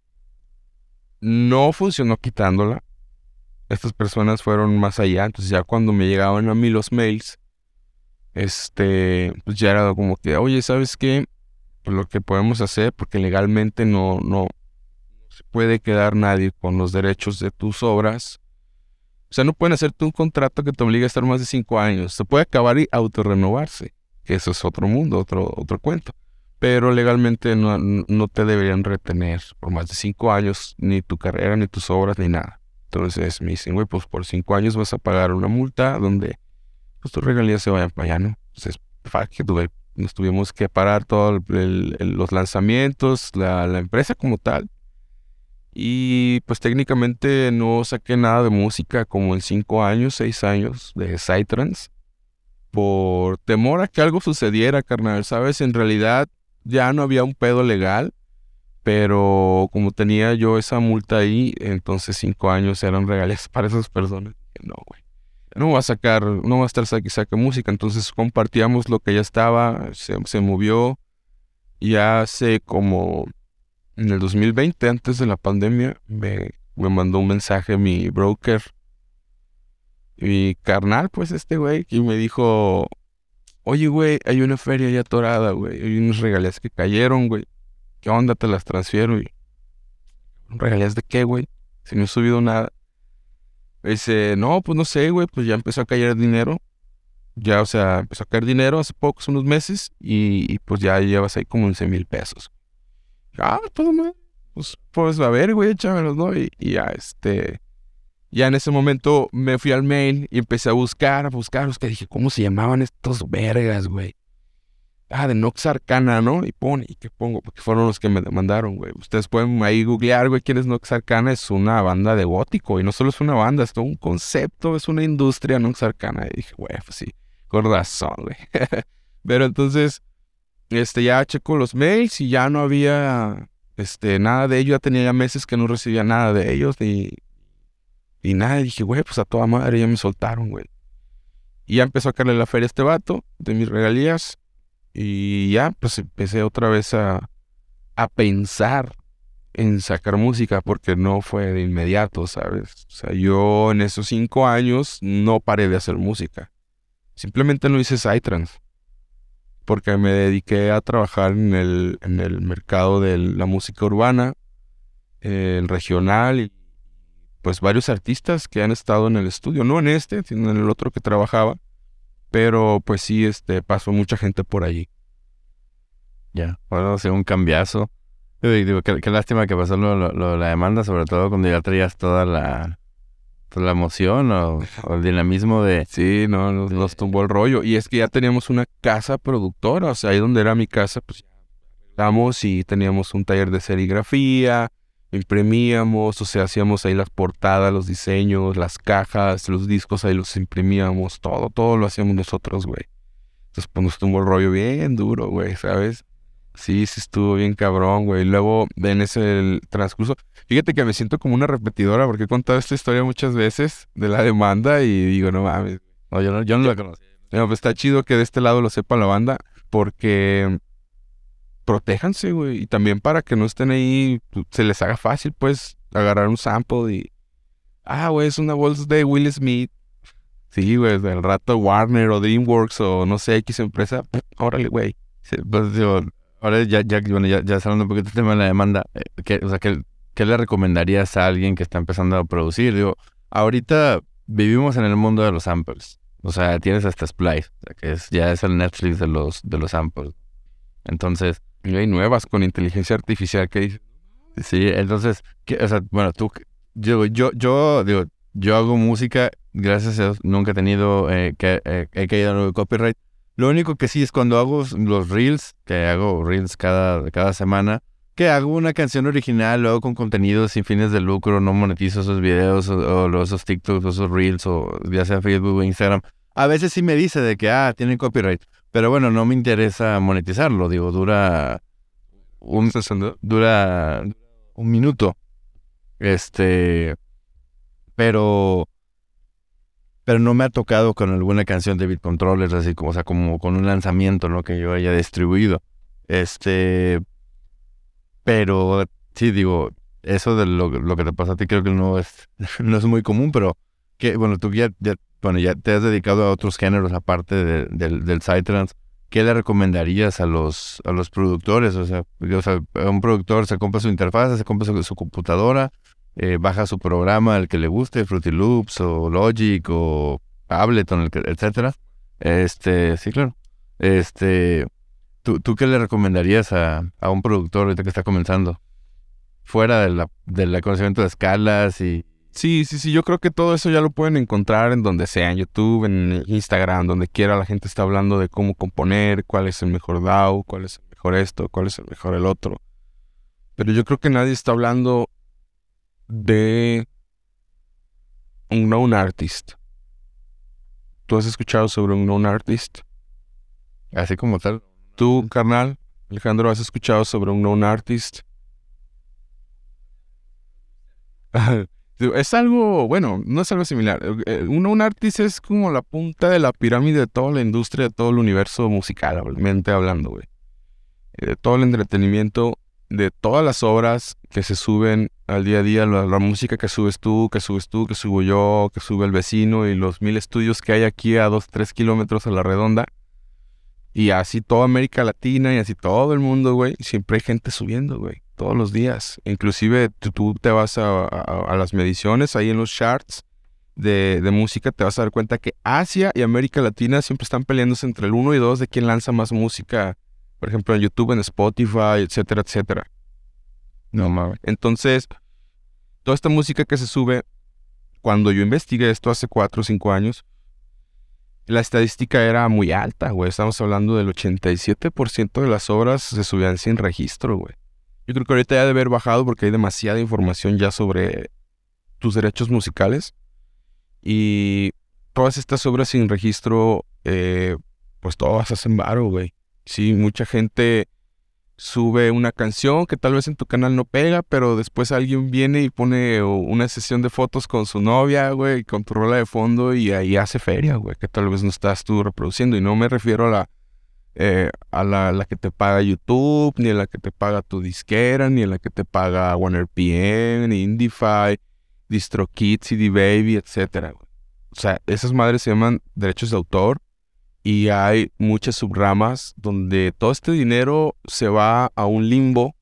No funcionó quitándola. Estas personas fueron más allá. Entonces ya cuando me llegaban a mí los mails, este, pues ya era como que, oye, ¿sabes qué? Pues lo que podemos hacer, porque legalmente no, no se puede quedar nadie con los derechos de tus obras. O sea, no pueden hacerte un contrato que te obligue a estar más de cinco años. Se puede acabar y autorrenovarse, que eso es otro mundo, otro, otro cuento. Pero legalmente no, no te deberían retener por más de cinco años, ni tu carrera, ni tus obras, ni nada. Entonces me dicen, güey, pues por cinco años vas a pagar una multa donde pues tus regalías se vayan para allá, ¿no? Entonces, fuck it, güey. Nos tuvimos que parar todos los lanzamientos, la, la empresa como tal. Y pues técnicamente no saqué nada de música como en cinco años, seis años de Psytrance. Por temor a que algo sucediera, carnal, ¿sabes? En realidad ya no había un pedo legal. Pero como tenía yo esa multa ahí, entonces cinco años eran regalías para esas personas. Dije, no, güey. No va a sacar, no va a estar saque, saque música. Entonces compartíamos lo que ya estaba, se, se movió. Y hace como en el dos mil veinte, antes de la pandemia, me, me mandó un mensaje mi broker. Y carnal, pues este güey, y me dijo, oye, güey, hay una feria ya atorada, güey. Hay unas regalías que cayeron, güey. ¿Qué onda? Te las transfiero. Y, ¿regalías de qué, güey? Si no he subido nada. Me dice, no, pues no sé, güey, pues ya empezó a caer dinero. ya, o sea, empezó a caer dinero hace pocos, unos meses, y, y pues ya llevas ahí como once mil pesos. Ah, pues, man, pues, pues a ver, güey, échamelos, ¿no? Y, y ya, este, ya en ese momento me fui al mail y empecé a buscar, a buscar, a buscar. Dije, ¿cómo se llamaban estos vergas, güey? Ah, de Nox Arcana, ¿no? Y pon, ¿y qué pongo? Porque fueron los que me demandaron, güey. Ustedes pueden ahí googlear, güey, quién es Nox Arcana. Es una banda de gótico. Y no solo es una banda, es todo un concepto, es una industria Nox Arcana. Y dije, güey, pues sí, con razón, güey. Pero entonces, este, ya checo los mails y ya no había, este, nada de ellos. Ya tenía ya meses que no recibía nada de ellos. Ni, y nada. Y dije, güey, pues a toda madre ya me soltaron, güey. Y ya empezó a caerle la feria a este vato de mis regalías. Y ya, pues empecé otra vez a, a pensar en sacar música porque no fue de inmediato, ¿sabes? O sea, yo en esos cinco años no paré de hacer música. Simplemente no hice Psytrance porque me dediqué a trabajar en el, en el mercado de la música urbana, eh, el regional y pues varios artistas que han estado en el estudio, no en este, sino en el otro que trabajaba, pero pues sí, este, pasó mucha gente por allí. Ya, bueno, sí, un cambiazo. Yo digo, qué, qué lástima que pasó lo, lo, lo de la demanda, sobre todo cuando ya traías toda la, toda la emoción o, o el dinamismo de... Sí, no, nos, nos tumbó el rollo. Y es que ya teníamos una casa productora, o sea, ahí donde era mi casa, pues estábamos y teníamos un taller de serigrafía, imprimíamos, o sea, hacíamos ahí las portadas, los diseños, las cajas, los discos, ahí los imprimíamos, todo, todo lo hacíamos nosotros, güey. Entonces, pues nos tumbó el rollo bien duro, güey, ¿sabes? Sí, sí estuvo bien cabrón, güey. Luego, en ese el transcurso... Fíjate que me siento como una repetidora porque he contado esta historia muchas veces de la demanda y digo, no mames. No, yo no, yo no la conocí. No, pues está chido que de este lado lo sepa la banda porque protéjanse, güey. Y también para que no estén ahí, se les haga fácil, pues, agarrar un sample y... Ah, güey, es una voz de Will Smith. Sí, güey, del rato Warner o DreamWorks o no sé, X empresa. Órale, güey. Sí, pues digo... Ahora ya, ya, bueno, ya, ya hablando un poquito del tema de la demanda, eh, ¿qué, o sea, ¿qué, ¿qué le recomendarías a alguien que está empezando a producir? Digo, ahorita vivimos en el mundo de los samples. O sea, tienes hasta Splice, o sea, que es, ya es el Netflix de los, de los samples. Entonces... Y hay nuevas con inteligencia artificial que dice. Sí, entonces, ¿qué, o sea, bueno, tú, yo, yo, yo, digo, yo hago música, gracias a Dios, nunca he tenido, eh, que eh, he caído en el copyright. Lo único que sí es cuando hago los reels, que hago reels cada, cada semana, que hago una canción original, lo hago con contenido sin fines de lucro, no monetizo esos videos o, o esos TikToks o esos reels o ya sea Facebook o Instagram. A veces sí me dice de que, ah, tienen copyright, pero bueno, no me interesa monetizarlo, digo, dura un, dura un minuto, este, pero... Pero no me ha tocado con alguna canción de Beat Controllers, así como, o sea, como con un lanzamiento, ¿no? Que yo haya distribuido. Este, pero sí, digo, eso de lo, lo que te pasa a ti creo que no es, no es muy común, pero que, bueno, tú ya, ya, bueno, ya te has dedicado a otros géneros aparte de, del, del Psytrance. ¿Qué le recomendarías a los, a los productores? O sea, o sea, un productor se compra su interfaz, se compra su, su computadora, Eh, baja su programa, el que le guste, Fruity Loops o Logic o Ableton, el que, etcétera. Este, sí, claro. Este, ¿tú, tú qué le recomendarías a, a un productor ahorita que está comenzando? Fuera de la, del conocimiento de escalas y... Sí, sí, sí, yo creo que todo eso ya lo pueden encontrar en donde sea, en YouTube, en Instagram, donde quiera la gente está hablando de cómo componer, cuál es el mejor D A W, cuál es el mejor esto, cuál es el mejor el otro. Pero yo creo que nadie está hablando de un known artist. ¿Tú has escuchado sobre un known artist? Así como tal. ¿Tú, carnal, Alejandro, has escuchado sobre un known artist? Es algo, bueno, no es algo similar. Un known artist es como la punta de la pirámide de toda la industria, de todo el universo musical, obviamente hablando, güey. De todo el entretenimiento, de todas las obras que se suben al día a día, la, la música que subes tú, que subes tú, que subo yo, que sube el vecino y los mil estudios que hay aquí a dos, tres kilómetros a la redonda. Y así toda América Latina y así todo el mundo, güey. Siempre hay gente subiendo, güey. Todos los días. Inclusive tú, tú te vas a, a, a las mediciones ahí en los charts de, de música, te vas a dar cuenta que Asia y América Latina siempre están peleándose entre el uno y dos de quién lanza más música, por ejemplo, en YouTube, en Spotify, etcétera, etcétera. No mames. Entonces, toda esta música que se sube, cuando yo investigué esto hace cuatro o cinco años, la estadística era muy alta, güey. Estamos hablando del ochenta y siete por ciento de las obras se subían sin registro, güey. Yo creo que ahorita ya debe haber bajado porque hay demasiada información ya sobre tus derechos musicales. Y todas estas obras sin registro, eh, pues todas hacen varo, güey. Sí, mucha gente sube una canción que tal vez en tu canal no pega, pero después alguien viene y pone una sesión de fotos con su novia, güey, con tu rola de fondo y ahí hace feria, güey, que tal vez no estás tú reproduciendo. Y no me refiero a la, eh, a la, la que te paga YouTube, ni a la que te paga tu disquera, ni a la que te paga OneRPM, ni Indify, DistroKid, C D Baby, etcétera, güey. O sea, esas madres se llaman derechos de autor. Y hay muchas subramas donde todo este dinero se va a un limbo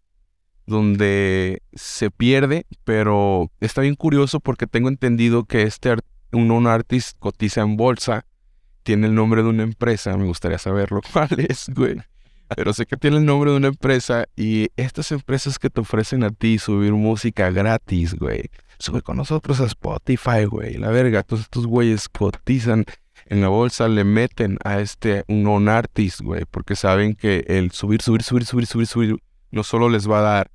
donde se pierde, pero está bien curioso porque tengo entendido que este art- un, un artist cotiza en bolsa, tiene el nombre de una empresa, me gustaría saberlo cuál es, güey. Pero sé que tiene el nombre de una empresa y estas empresas que te ofrecen a ti subir música gratis, güey. Sube con nosotros a Spotify, güey. La verga, todos estos güeyes cotizan en la bolsa, le meten a este un non-artist, güey, porque saben que el subir, subir, subir, subir, subir, subir, no solo les va a dar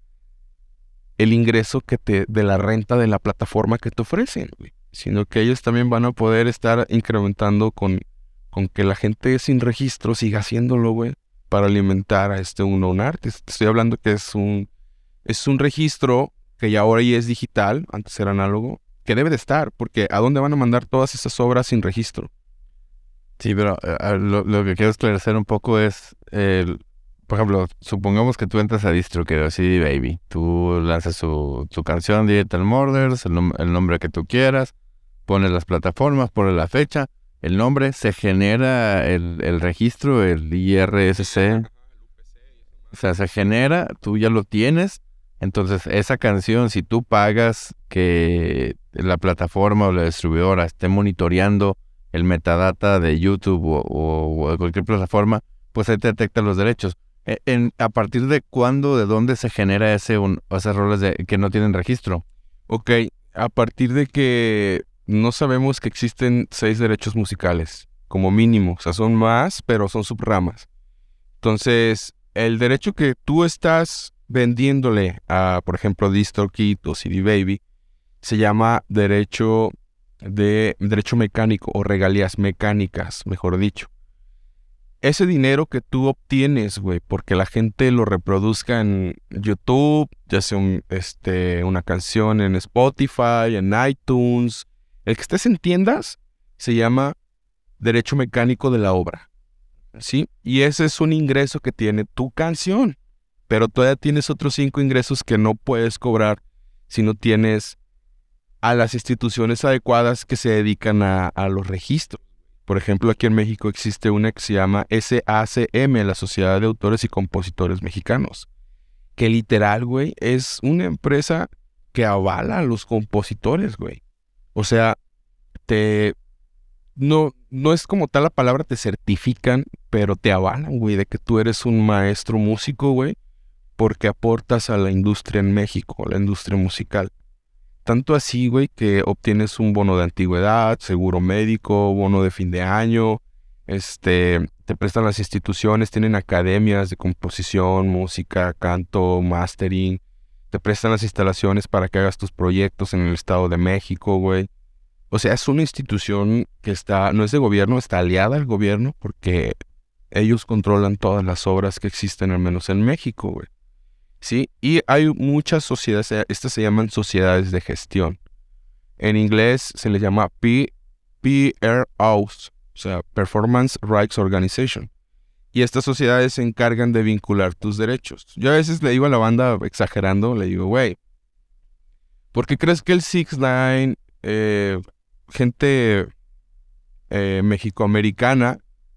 el ingreso que te, de la renta de la plataforma que te ofrecen, güey, sino que ellos también van a poder estar incrementando con, con que la gente sin registro siga haciéndolo, güey, para alimentar a este un non-artist. Te estoy hablando que es un, es un registro que ya ahora ya es digital, antes era análogo, que debe de estar, porque ¿a dónde van a mandar todas esas obras sin registro? Sí, pero eh, lo, lo que quiero esclarecer un poco es, el, por ejemplo, supongamos que tú entras a DistroKid o C D Baby, tú lanzas su, tu canción Digital Murders, el, nom- el nombre que tú quieras, pones las plataformas, pones la fecha, el nombre, se genera el, el registro, el I R S C, o sea, se genera, tú ya lo tienes, entonces esa canción, si tú pagas que la plataforma o la distribuidora esté monitoreando el metadata de YouTube o, o, o de cualquier plataforma, pues ahí te detecta los derechos. E- En, ¿A partir de cuándo, de dónde se genera ese un, esas rolas de, que no tienen registro? Ok, a partir de que no sabemos que existen seis derechos musicales, como mínimo, o sea, son más, pero son subramas. Entonces, el derecho que tú estás vendiéndole a, por ejemplo, DistroKid o C D Baby, se llama derecho de derecho mecánico o regalías mecánicas, mejor dicho. Ese dinero que tú obtienes, güey, porque la gente lo reproduzca en YouTube, ya sea un, este, una canción en Spotify, en iTunes, el que estés en tiendas, se llama derecho mecánico de la obra, ¿sí? Y ese es un ingreso que tiene tu canción, pero todavía tienes otros cinco ingresos que no puedes cobrar si no tienes a las instituciones adecuadas que se dedican a, a los registros. Por ejemplo, aquí en México existe una que se llama S A C M, la Sociedad de Autores y Compositores Mexicanos, que literal, güey, es una empresa que avala a los compositores, güey. O sea, te... No, no es como tal la palabra, te certifican, pero te avalan, güey, de que tú eres un maestro músico, güey, porque aportas a la industria en México, a la industria musical. Tanto así, güey, que obtienes un bono de antigüedad, seguro médico, bono de fin de año, este, te prestan las instituciones, tienen academias de composición, música, canto, mastering, te prestan las instalaciones para que hagas tus proyectos en el Estado de México, güey. O sea, es una institución que está, no es de gobierno, está aliada al gobierno porque ellos controlan todas las obras que existen, al menos en México, güey. Sí, y hay muchas sociedades, estas se llaman sociedades de gestión. En inglés se les llama P R Os, o sea, Performance Rights Organization. Y estas sociedades se encargan de vincular tus derechos. Yo a veces le digo a la banda, exagerando, le digo, güey, ¿por qué crees que el six ix, eh, gente eh, mexicoamericana,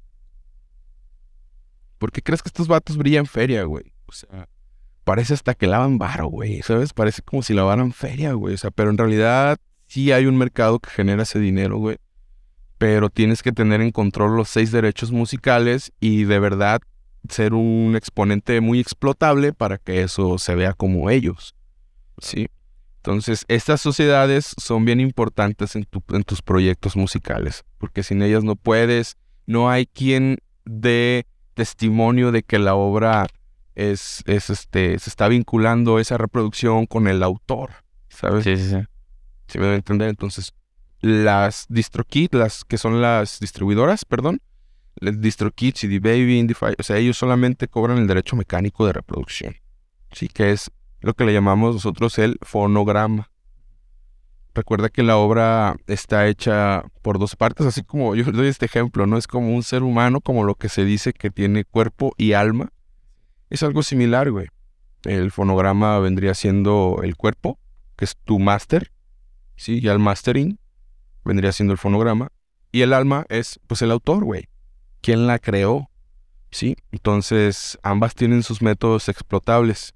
¿por qué crees que estos vatos brillan feria, güey? O sea, parece hasta que lavan varo, güey, ¿sabes? Parece como si lavaran feria, güey. O sea, pero en realidad sí hay un mercado que genera ese dinero, güey. Pero tienes que tener en control los seis derechos musicales y de verdad ser un exponente muy explotable para que eso se vea como ellos, ¿sí? Entonces, estas sociedades son bien importantes en, tu, en tus proyectos musicales, porque sin ellas no puedes, no hay quien dé testimonio de que la obra es, es este, se está vinculando esa reproducción con el autor, ¿sabes? Sí, sí, sí. ¿Sí me debe entender? Entonces, las DistroKid, las que son las distribuidoras, perdón, las DistroKid, C D Baby, Indify, o sea, ellos solamente cobran el derecho mecánico de reproducción, ¿sí? Que es lo que le llamamos nosotros el fonograma. Recuerda que la obra está hecha por dos partes, así como yo doy este ejemplo, ¿no? Es como un ser humano, como lo que se dice que tiene cuerpo y alma. Es algo similar, güey. El fonograma vendría siendo el cuerpo, que es tu máster, ¿sí? Y el mastering vendría siendo el fonograma. Y el alma es, pues, el autor, güey. ¿Quién la creó? ¿Sí? Entonces, ambas tienen sus métodos explotables.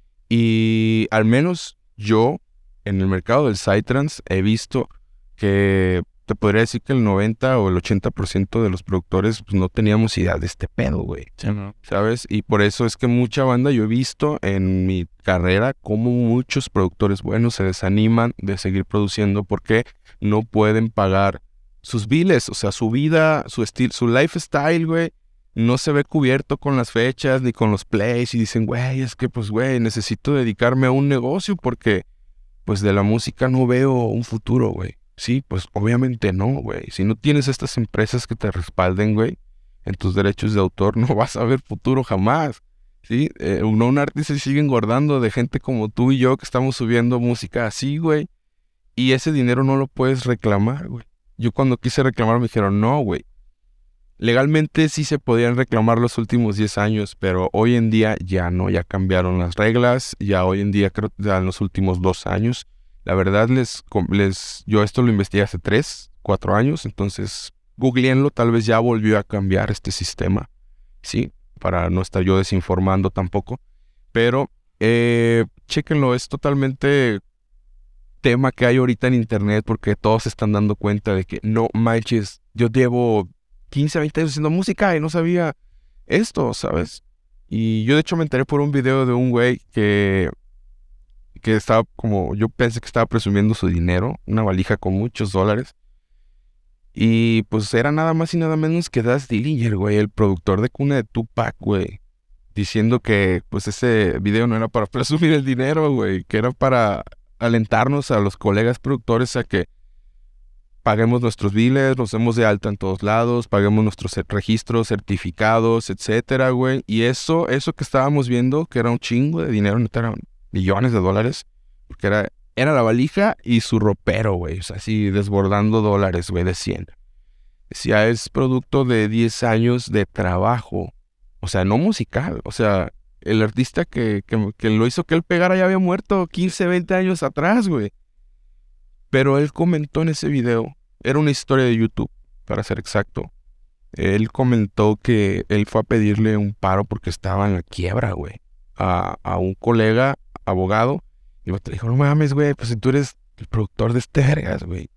Y al menos yo, en el mercado del Psytrance, he visto que te podría decir que el noventa o el ochenta por ciento de los productores pues, no teníamos idea de este pedo, güey. Sí, ¿no? ¿Sabes? Y por eso es que mucha banda, yo he visto en mi carrera cómo muchos productores buenos se desaniman de seguir produciendo porque no pueden pagar sus biles, o sea, su vida, su estilo, su lifestyle, güey, no se ve cubierto con las fechas ni con los plays y dicen, güey, es que pues, güey, necesito dedicarme a un negocio porque pues de la música no veo un futuro, güey. Sí, pues obviamente no, güey. Si no tienes estas empresas que te respalden, güey, en tus derechos de autor, no vas a ver futuro jamás, ¿sí? Eh, un, un artista se sigue engordando de gente como tú y yo que estamos subiendo música así, güey. Y ese dinero no lo puedes reclamar, güey. Yo cuando quise reclamar me dijeron, no, güey. Legalmente sí se podían reclamar los últimos diez años, pero hoy en día ya no, ya cambiaron las reglas, ya hoy en día creo que ya en los últimos dos años. La verdad, les, les, yo esto lo investigué hace tres, cuatro años, entonces googleenlo, tal vez ya volvió a cambiar este sistema, ¿sí? Para no estar yo desinformando tampoco, pero eh, chéquenlo, es totalmente tema que hay ahorita en internet porque todos se están dando cuenta de que no manches, yo llevo quince, veinte años haciendo música y no sabía esto, ¿sabes? Y yo de hecho me enteré por un video de un güey que, que estaba como, yo pensé que estaba presumiendo su dinero, una valija con muchos dólares. Y pues era nada más y nada menos que Das Dillinger, güey, el productor de cuna de Tupac, güey. Diciendo que pues ese video no era para presumir el dinero, güey, que era para alentarnos a los colegas productores a que paguemos nuestros biles, nos demos de alta en todos lados, paguemos nuestros registros, certificados, etcétera, güey. Y eso, eso que estábamos viendo, que era un chingo de dinero, neta, eran millones de dólares, porque era, era la valija y su ropero, güey. O sea, así desbordando dólares, güey, de cien. Decía, es producto de diez años de trabajo. O sea, no musical. O sea, el artista que, que, que lo hizo que él pegara ya había muerto quince, veinte años atrás, güey. Pero él comentó en ese video, era una historia de YouTube, para ser exacto. Él comentó que él fue a pedirle un paro porque estaba en la quiebra, güey. A, a un colega, abogado. Y el otro dijo, no mames, güey, pues si tú eres el productor de este vergas, güey.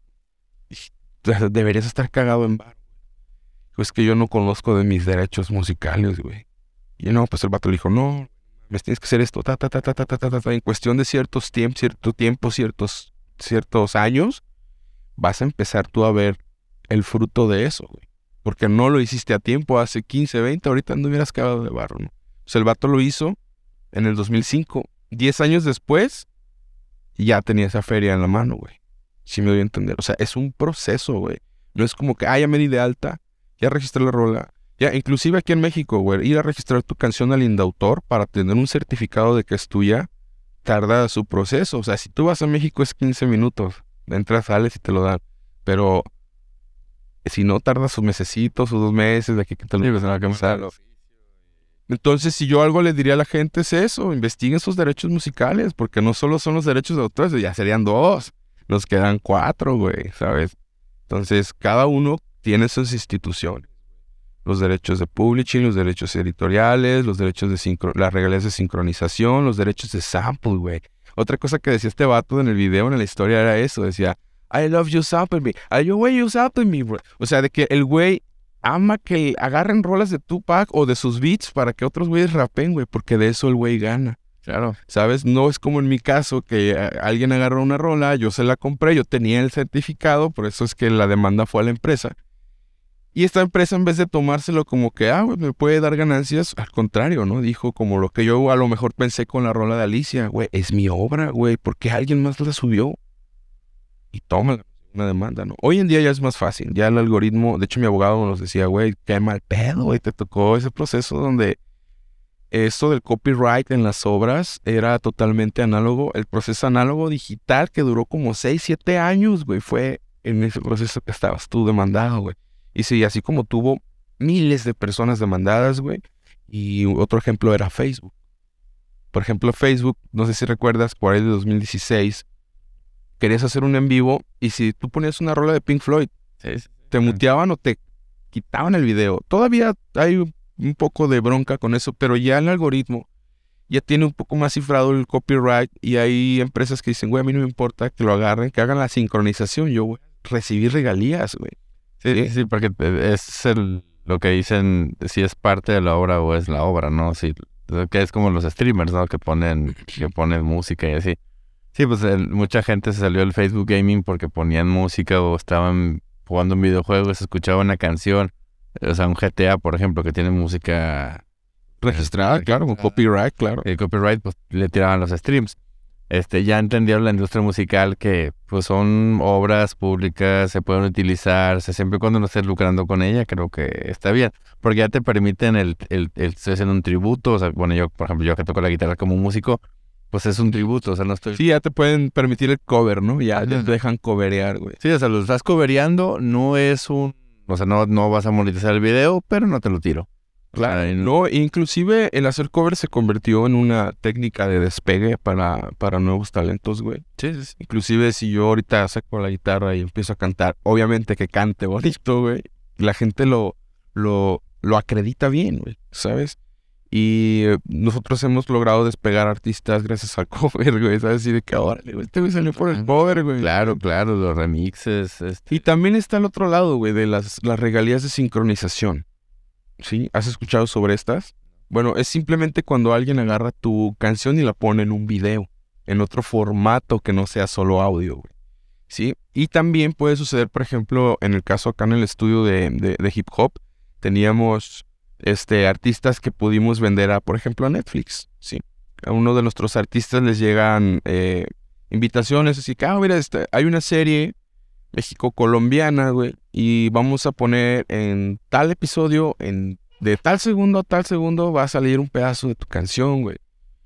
Deberías estar cagado en bar. Pues que yo no conozco de mis derechos musicales, güey. Y no, pues el vato le dijo, no, me tienes que hacer esto, ta, ta, ta, ta, ta, ta, ta, ta. En cuestión de ciertos tiempos, cierto tiempo, ciertos... ciertos años, vas a empezar tú a ver el fruto de eso, güey. Porque no lo hiciste a tiempo, hace quince, veinte, ahorita no hubieras cagado de barro, ¿no? O sea, el vato lo hizo en el dos mil cinco. diez años después, ya tenía esa feria en la mano, güey. Si me doy a entender. O sea, es un proceso, güey. No es como que, ah, ya me di de alta, ya registré la rola. Ya, inclusive aquí en México, güey, ir a registrar tu canción al Indautor para tener un certificado de que es tuya, tarda su proceso. O sea, si tú vas a México es quince minutos. Entras, sales y te lo dan. Pero si no, tarda sus mesecitos o dos meses de aquí que te lo lleves a la cama. Entonces, si yo algo le diría a la gente es eso. Investiguen sus derechos musicales. Porque no solo son los derechos de autor, ya serían dos. Nos quedan cuatro, güey, ¿sabes? Entonces, cada uno tiene sus instituciones. Los derechos de publishing, los derechos editoriales, los derechos de sincro... las regalías de sincronización, los derechos de sample, güey. Otra cosa que decía este vato en el video, en la historia, era eso. Decía, I love you sample me. Ay, yo, güey, you sample me, bro. O sea, de que el güey ama que agarren rolas de Tupac o de sus beats para que otros güeyes rapen, güey, porque de eso el güey gana. Claro. ¿Sabes? No es como en mi caso que a, alguien agarró una rola, yo se la compré, yo tenía el certificado, por eso es que la demanda fue a la empresa. Y esta empresa, en vez de tomárselo como que, ah, güey, me puede dar ganancias, al contrario, ¿no? Dijo como lo que yo a lo mejor pensé con la rola de Alicia, güey, es mi obra, güey, ¿por qué alguien más la subió? Y toma una demanda, ¿no? Hoy en día ya es más fácil, ya el algoritmo, de hecho mi abogado nos decía, güey, qué mal pedo, güey, te tocó ese proceso donde esto del copyright en las obras era totalmente análogo, el proceso análogo digital que duró como seis, siete años, güey, fue en ese proceso que estabas tú demandado, güey. Y sí, así como tuvo miles de personas demandadas, güey. Y otro ejemplo era Facebook. Por ejemplo, Facebook, no sé si recuerdas, por ahí de dos mil dieciséis, querías hacer un en vivo y si tú ponías una rola de Pink Floyd, Sí, sí, te sí. muteaban o te quitaban el video. Todavía hay un poco de bronca con eso, pero ya el algoritmo ya tiene un poco más cifrado el copyright y hay empresas que dicen, güey, a mí no me importa que lo agarren, que hagan la sincronización, yo voy a recibir regalías, güey. Sí, sí, sí, porque es el, lo que dicen, si es parte de la obra o es la obra, ¿no? Sí, que es como los streamers, ¿no? Que ponen, que ponen música y así. Sí, pues el, mucha gente se salió del Facebook Gaming porque ponían música o estaban jugando un videojuego y se escuchaba una canción. O sea, un G T A, por ejemplo, que tiene música registrada, eh, claro, con copyright, claro. El copyright, pues le tiraban los streams. Este, ya entendieron la industria musical que pues son obras públicas, se pueden utilizar, se, siempre y cuando no estés lucrando con ella, creo que está bien, porque ya te permiten el, el, el estoy haciendo un tributo, o sea, bueno, yo, por ejemplo, yo que toco la guitarra como músico, pues es un tributo, o sea, no estoy... Sí, ya te pueden permitir el cover, ¿no? Ya te dejan coverear, güey. Sí, o sea, lo estás covereando, no es un... O sea, no, no vas a monetizar el video, pero no te lo tiro. Claro, O sea, no, inclusive el hacer cover se convirtió en una técnica de despegue para, para nuevos talentos, güey. Sí, sí, sí. Inclusive si yo ahorita saco la guitarra y empiezo a cantar, obviamente que cante bonito, güey, la gente lo, lo, lo acredita bien, güey, ¿sabes? Y eh, nosotros hemos logrado despegar artistas gracias al cover, güey, ¿sabes? Y de que ahora, güey, este güey salió por el cover, güey. Claro, claro, los remixes. Este... Y también está el otro lado, güey, de las, las regalías de sincronización. ¿Sí? ¿Has escuchado sobre estas? Bueno, es simplemente cuando alguien agarra tu canción y la pone en un video, en otro formato que no sea solo audio, güey. ¿Sí? Y también puede suceder, por ejemplo, en el caso acá en el estudio de, de, de hip hop, teníamos este, artistas que pudimos vender a, por ejemplo, a Netflix, ¿sí? A uno de nuestros artistas les llegan eh, invitaciones, así que, ah, mira, este, hay una serie México-colombiana, güey, y vamos a poner en tal episodio, en de tal segundo a tal segundo va a salir un pedazo de tu canción, güey.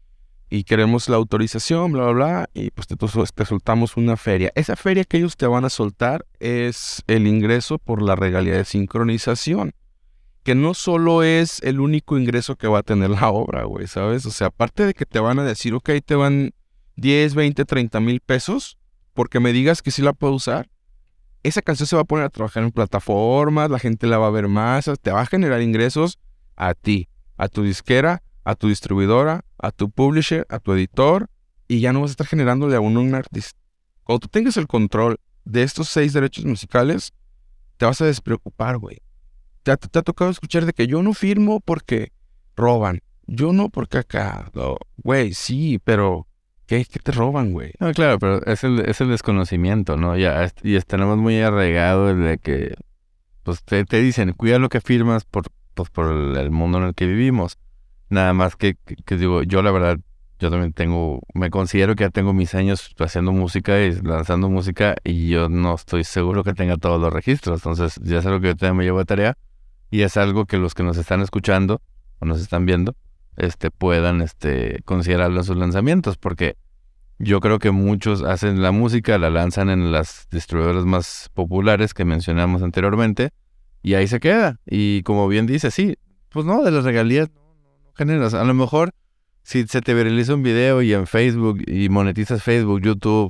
Y queremos la autorización, bla, bla, bla, y pues te, te soltamos una feria. Esa feria que ellos te van a soltar es el ingreso por la regalía de sincronización, que no solo es el único ingreso que va a tener la obra, güey, ¿sabes? O sea, aparte de que te van a decir, ok, te van diez, veinte, treinta mil pesos, porque me digas que sí la puedo usar, esa canción se va a poner a trabajar en plataformas, la gente la va a ver más, te va a generar ingresos a ti, a tu disquera, a tu distribuidora, a tu publisher, a tu editor, y ya no vas a estar generándole a uno un artista. Cuando tú tengas el control de estos seis derechos musicales, te vas a despreocupar, güey. Te, te, te ha tocado escuchar de que yo no firmo porque roban, yo no porque acá, güey, no. Sí, pero... ¿Qué, ¿Qué te roban, güey? No, claro, pero es el, es el desconocimiento, ¿no? Ya, y tenemos muy arraigado el de que, pues, te, te dicen, cuida lo que firmas por, pues, por el, el mundo en el que vivimos. Nada más que, que, que digo, yo la verdad, yo también tengo, me considero que ya tengo mis años haciendo música y lanzando música y yo no estoy seguro que tenga todos los registros. Entonces, ya es algo que yo también me llevo de tarea y es algo que los que nos están escuchando o nos están viendo, este, puedan, este, considerarlo en sus lanzamientos, porque yo creo que muchos hacen la música, la lanzan en las distribuidoras más populares que mencionamos anteriormente, y ahí se queda, y como bien dice, sí, pues no, de las regalías no, no, no generas, a lo mejor si se te viraliza un video y en Facebook, y monetizas Facebook, YouTube,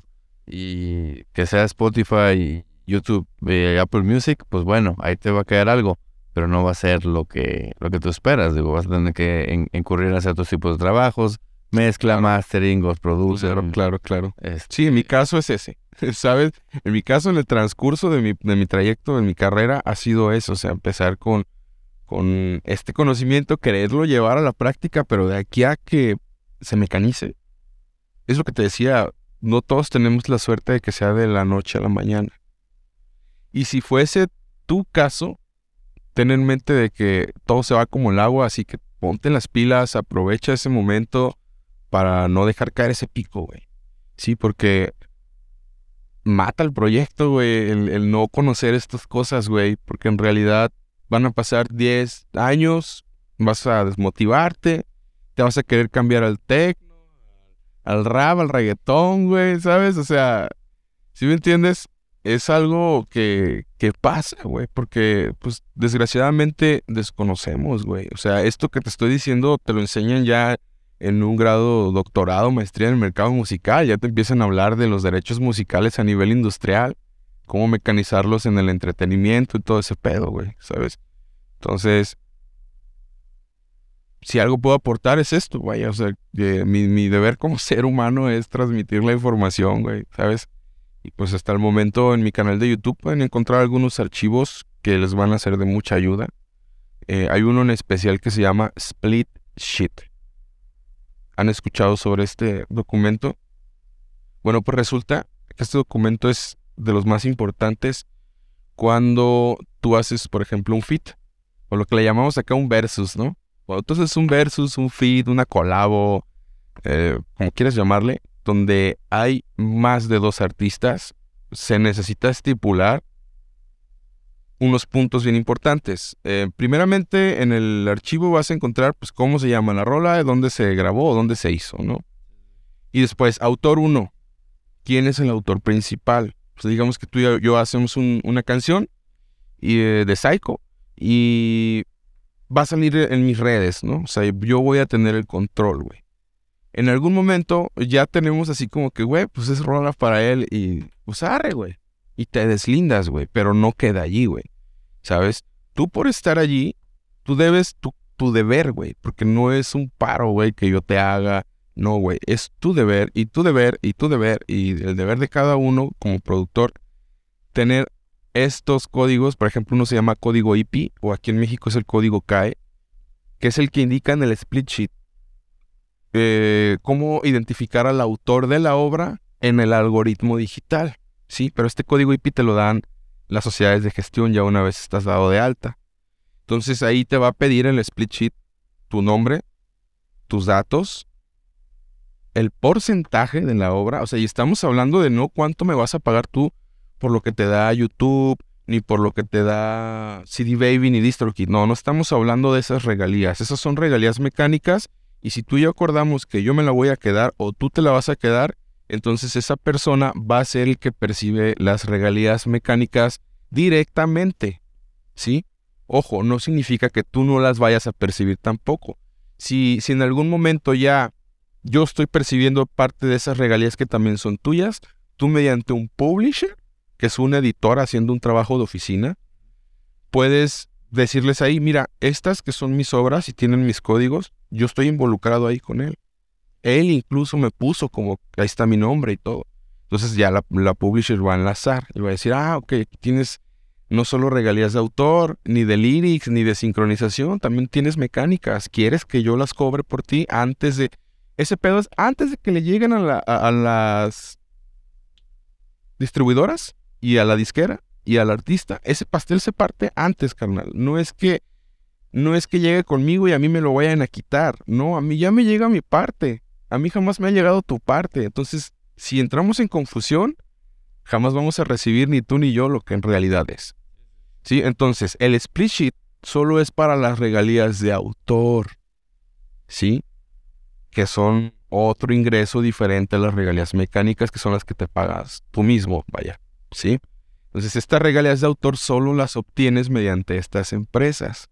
y que sea Spotify, YouTube, eh, Apple Music, pues bueno, ahí te va a caer algo, pero no va a ser lo que, lo que tú esperas. Digo, vas a tener que en, incurrir en ciertos tipos de trabajos, mezcla, claro. Mastering, post producer. Claro, claro, claro. Este... Sí, en mi caso es ese. ¿sabes? En mi caso, en el transcurso de mi, de mi trayecto, de mi carrera, ha sido eso, o sea, empezar con, con este conocimiento, quererlo llevar a la práctica, pero de aquí a que se mecanice, es lo que te decía, no todos tenemos la suerte de que sea de la noche a la mañana. Y si fuese tu caso, ten en mente de que todo se va como el agua, así que ponte las pilas, aprovecha ese momento para no dejar caer ese pico, güey. Sí, porque mata el proyecto, güey, el, el no conocer estas cosas, güey, porque en realidad van a pasar diez años, vas a desmotivarte, te vas a querer cambiar al techno, al rap, al reggaetón, güey, ¿sabes? O sea, ¿sí me entiendes? Es algo que, que pasa, güey, porque, pues, desgraciadamente desconocemos, güey. O sea, esto que te estoy diciendo te lo enseñan ya en un grado doctorado, maestría en el mercado musical. Ya te empiezan a hablar de los derechos musicales a nivel industrial, cómo mecanizarlos en el entretenimiento y todo ese pedo, güey, ¿sabes? Entonces, si algo puedo aportar es esto, güey. O sea, que mi, mi deber como ser humano es transmitir la información, güey, ¿sabes? Y pues hasta el momento en mi canal de YouTube pueden encontrar algunos archivos que les van a ser de mucha ayuda. Eh, hay uno en especial que se llama Split Sheet. ¿Han escuchado sobre este documento? Bueno, pues resulta que este documento es de los más importantes cuando tú haces, por ejemplo, un feat, o lo que le llamamos acá un versus, ¿no? Cuando tú haces un versus, un feat, una colabo, eh, como quieras llamarle, donde hay más de dos artistas, se necesita estipular unos puntos bien importantes. Eh, primeramente, en el archivo vas a encontrar pues cómo se llama la rola, dónde se grabó, dónde se hizo, ¿no? Y después, autor uno. ¿Quién es el autor principal? Pues digamos que tú y yo hacemos un, una canción y, eh, de Psycho y va a salir en mis redes, ¿no? O sea, yo voy a tener el control, güey. En algún momento ya tenemos así como que, güey, pues es rola para él y pues arre, güey. Y te deslindas, güey, pero no queda allí, güey. ¿Sabes? Tú por estar allí, tú debes tu, tu deber, güey, porque no es un paro, güey, que yo te haga. No, güey, es tu deber y tu deber y tu deber y el deber de cada uno como productor tener estos códigos. Por ejemplo, uno se llama código I P I o aquí en México es el código C A E, que es el que indica en el split sheet Eh, cómo identificar al autor de la obra en el algoritmo digital, ¿sí? Pero este código I P I te lo dan las sociedades de gestión ya una vez estás dado de alta. Entonces ahí te va a pedir en el split sheet tu nombre, tus datos, el porcentaje de la obra. O sea, y estamos hablando de no cuánto me vas a pagar tú por lo que te da YouTube, ni por lo que te da C D Baby, ni DistroKid. No, no estamos hablando de esas regalías. Esas son regalías mecánicas. Y si tú y yo acordamos que yo me la voy a quedar o tú te la vas a quedar, entonces esa persona va a ser el que percibe las regalías mecánicas directamente, ¿sí? Ojo, no significa que tú no las vayas a percibir tampoco. Si, si en algún momento ya yo estoy percibiendo parte de esas regalías que también son tuyas, tú mediante un publisher, que es un editor haciendo un trabajo de oficina, puedes decirles ahí, mira, estas que son mis obras y tienen mis códigos, yo estoy involucrado ahí con él. Él incluso me puso como, ahí está mi nombre y todo. Entonces ya la, la publisher va a enlazar y va a decir, ah, ok, tienes no solo regalías de autor, ni de lyrics, ni de sincronización, también tienes mecánicas. ¿Quieres que yo las cobre por ti antes de... Ese pedo es antes de que le lleguen a, la, a, a las distribuidoras y a la disquera y al artista? Ese pastel se parte antes, carnal. No es que no es que llegue conmigo y a mí me lo vayan a quitar. No, a mí ya me llega mi parte. A mí jamás me ha llegado tu parte. Entonces, si entramos en confusión, jamás vamos a recibir ni tú ni yo lo que en realidad es. ¿Sí? Entonces, el split sheet solo es para las regalías de autor. ¿Sí? Que son otro ingreso diferente a las regalías mecánicas, que son las que te pagas tú mismo, vaya. ¿Sí? Entonces, estas regalías de autor solo las obtienes mediante estas empresas.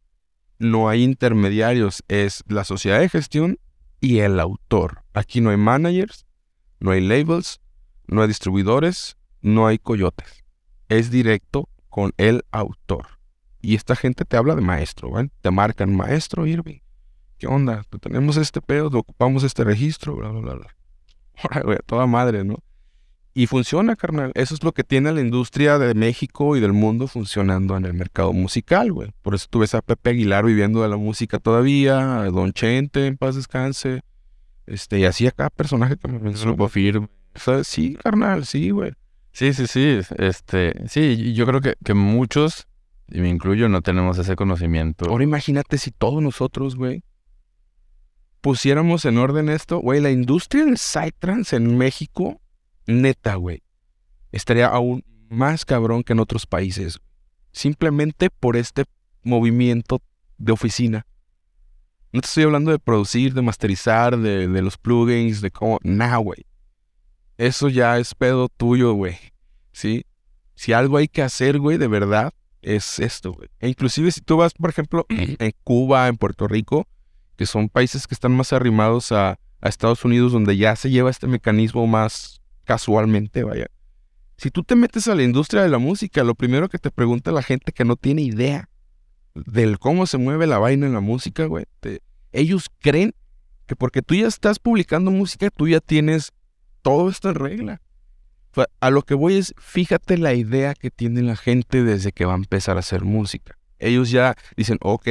No hay intermediarios, es la sociedad de gestión y el autor. Aquí no hay managers, no hay labels, no hay distribuidores, no hay coyotes. Es directo con el autor. Y esta gente te habla de maestro, ¿vale? Te marcan, maestro Irving, ¿qué onda? Tenemos este pedo, ocupamos este registro, bla, bla, bla, bla. Ahora, güey, a toda madre, ¿no? Y funciona, carnal. Eso es lo que tiene la industria de México y del mundo funcionando en el mercado musical, güey. Por eso tú ves a Pepe Aguilar viviendo de la música todavía, a Don Chente, en paz descanse. Este, y así acá personaje que me mencionó. Grupo Firme. O sea, sí, carnal, sí, güey. Sí, sí, sí. Este, sí, y yo creo que, que muchos, y me incluyo, no tenemos ese conocimiento. Ahora imagínate si todos nosotros, güey, pusiéramos en orden esto, güey, la industria del psytrance en México, neta, güey, estaría aún más cabrón que en otros países. Simplemente por este movimiento de oficina. No te estoy hablando de producir, de masterizar, de, de los plugins, de cómo... Nah, güey. Eso ya es pedo tuyo, güey. ¿Sí? Si algo hay que hacer, güey, de verdad, es esto, güey. E inclusive si tú vas, por ejemplo, en Cuba, en Puerto Rico, que son países que están más arrimados a, a Estados Unidos, donde ya se lleva este mecanismo más casualmente, vaya. Si tú te metes a la industria de la música, lo primero que te pregunta la gente que no tiene idea del cómo se mueve la vaina en la música, güey. Te, ellos creen que porque tú ya estás publicando música, tú ya tienes todo esto en regla. O sea, a lo que voy es, fíjate la idea que tiene la gente desde que va a empezar a hacer música. Ellos ya dicen, ok,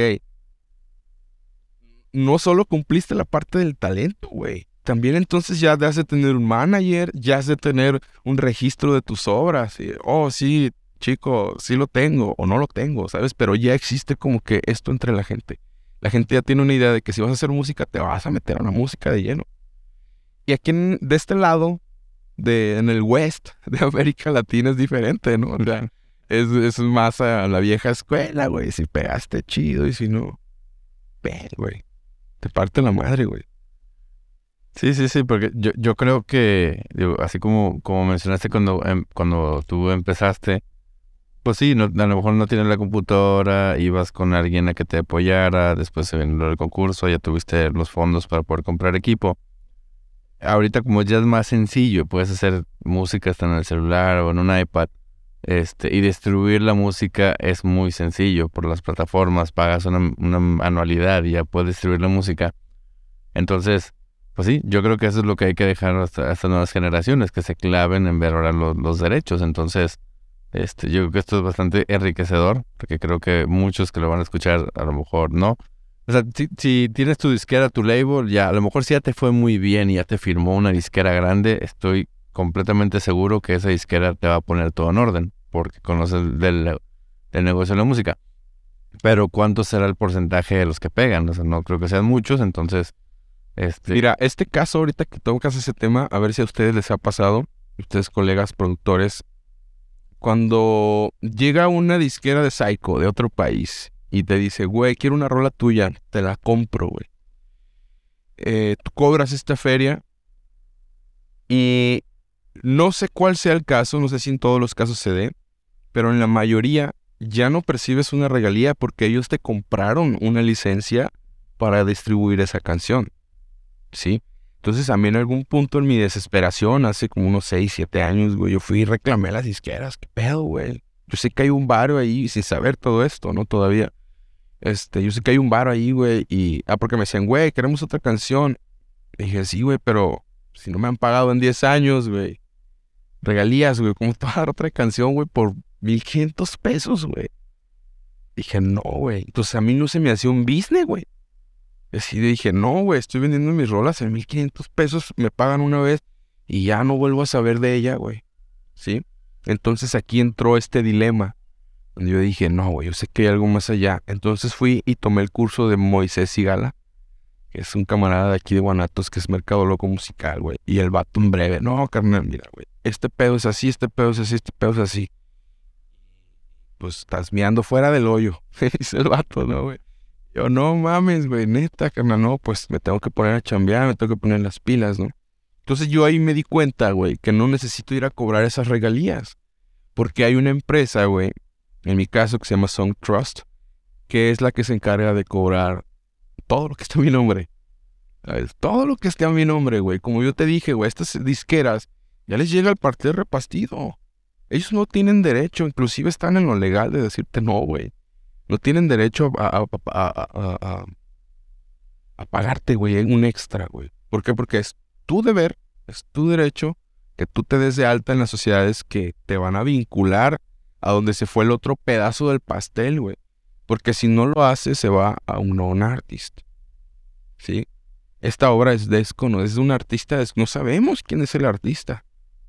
no solo cumpliste la parte del talento, güey. También entonces ya has de tener un manager, ya has de tener un registro de tus obras. Y, oh, sí, chico, sí lo tengo o no lo tengo, ¿sabes? Pero ya existe como que esto entre la gente. La gente ya tiene una idea de que si vas a hacer música, te vas a meter a la música de lleno. Y aquí en, de este lado, de, en el West de América Latina es diferente, ¿no? O sea, es, es más a la vieja escuela, güey. Si pegaste, chido, y si no, ven, güey. Te parte la madre, güey. Sí, sí, sí, porque yo, yo creo que, digo, así como, como mencionaste cuando, em, cuando tú empezaste, pues sí, no, a lo mejor no tienes la computadora, ibas con alguien a que te apoyara, después se vino el concurso, ya tuviste los fondos para poder comprar equipo. Ahorita como ya es más sencillo, puedes hacer música hasta en el celular o en un iPad, este, y distribuir la música es muy sencillo por las plataformas, pagas una, una anualidad y ya puedes distribuir la música. Entonces, pues sí, yo creo que eso es lo que hay que dejar hasta a estas nuevas generaciones, que se claven en ver ahora los, los derechos. Entonces, este, yo creo que esto es bastante enriquecedor, porque creo que muchos que lo van a escuchar a lo mejor no. O sea, si, si tienes tu disquera, tu label, ya a lo mejor si ya te fue muy bien y ya te firmó una disquera grande, estoy completamente seguro que esa disquera te va a poner todo en orden, porque conoces del, del negocio de la música. Pero ¿cuánto será el porcentaje de los que pegan? O sea, no creo que sean muchos, entonces... Este... Mira, este caso ahorita que tocas ese tema, a ver si a ustedes les ha pasado, ustedes colegas productores, cuando llega una disquera de Psycho de otro país y te dice, güey, quiero una rola tuya, te la compro, güey. Eh, tú cobras esta feria y no sé cuál sea el caso, no sé si en todos los casos se dé, pero en la mayoría ya no percibes una regalía porque ellos te compraron una licencia para distribuir esa canción. ¿Sí? Entonces a mí en algún punto en mi desesperación, hace como unos seis, siete años, güey, yo fui y reclamé a las disqueras. ¿Qué pedo, güey? Yo sé que hay un varo ahí sin saber todo esto, ¿no? Todavía. Este, yo sé que hay un varo ahí, güey, y... Ah, porque me decían, güey, queremos otra canción. Y dije, sí, güey, pero si no me han pagado en diez años, güey. Regalías, güey, ¿cómo te vas a dar otra canción, güey, por mil quinientos pesos, güey? Dije, no, güey. Entonces a mí no se me hacía un business, güey. Así dije, no, güey, estoy vendiendo mis rolas en mil quinientos pesos, me pagan una vez y ya no vuelvo a saber de ella, güey. ¿Sí? Entonces aquí entró este dilema, donde yo dije, no, güey, yo sé que hay algo más allá. Entonces fui y tomé el curso de Moisés Sigala, que es un camarada de aquí de Guanatos, que es mercadólogo musical, güey. Y el vato en breve, no, carnal, mira, güey, este pedo es así, este pedo es así, este pedo es así. Pues estás meando fuera del hoyo, dice el vato, ¿no, güey? Yo, no mames, güey, neta, carnal, no, pues me tengo que poner a chambear, me tengo que poner las pilas, ¿no? Entonces yo ahí me di cuenta, güey, que no necesito ir a cobrar esas regalías. Porque hay una empresa, güey, en mi caso que se llama Song Trust, que es la que se encarga de cobrar todo lo que está a mi nombre. ¿Sabes? Todo lo que esté a mi nombre, güey. Como yo te dije, güey, estas disqueras ya les llega el pastel repartido. Ellos no tienen derecho, inclusive están en lo legal de decirte no, güey. No tienen derecho a, a, a, a, a, a pagarte, güey, un extra, güey. ¿Por qué? Porque es tu deber, es tu derecho Que tú te des de alta en las sociedades que te van a vincular a donde se fue el otro pedazo del pastel, güey. Porque si no lo haces, se va a un non-artist. ¿Sí? Esta obra es desconocida, es de un artista, des- no sabemos quién es el artista.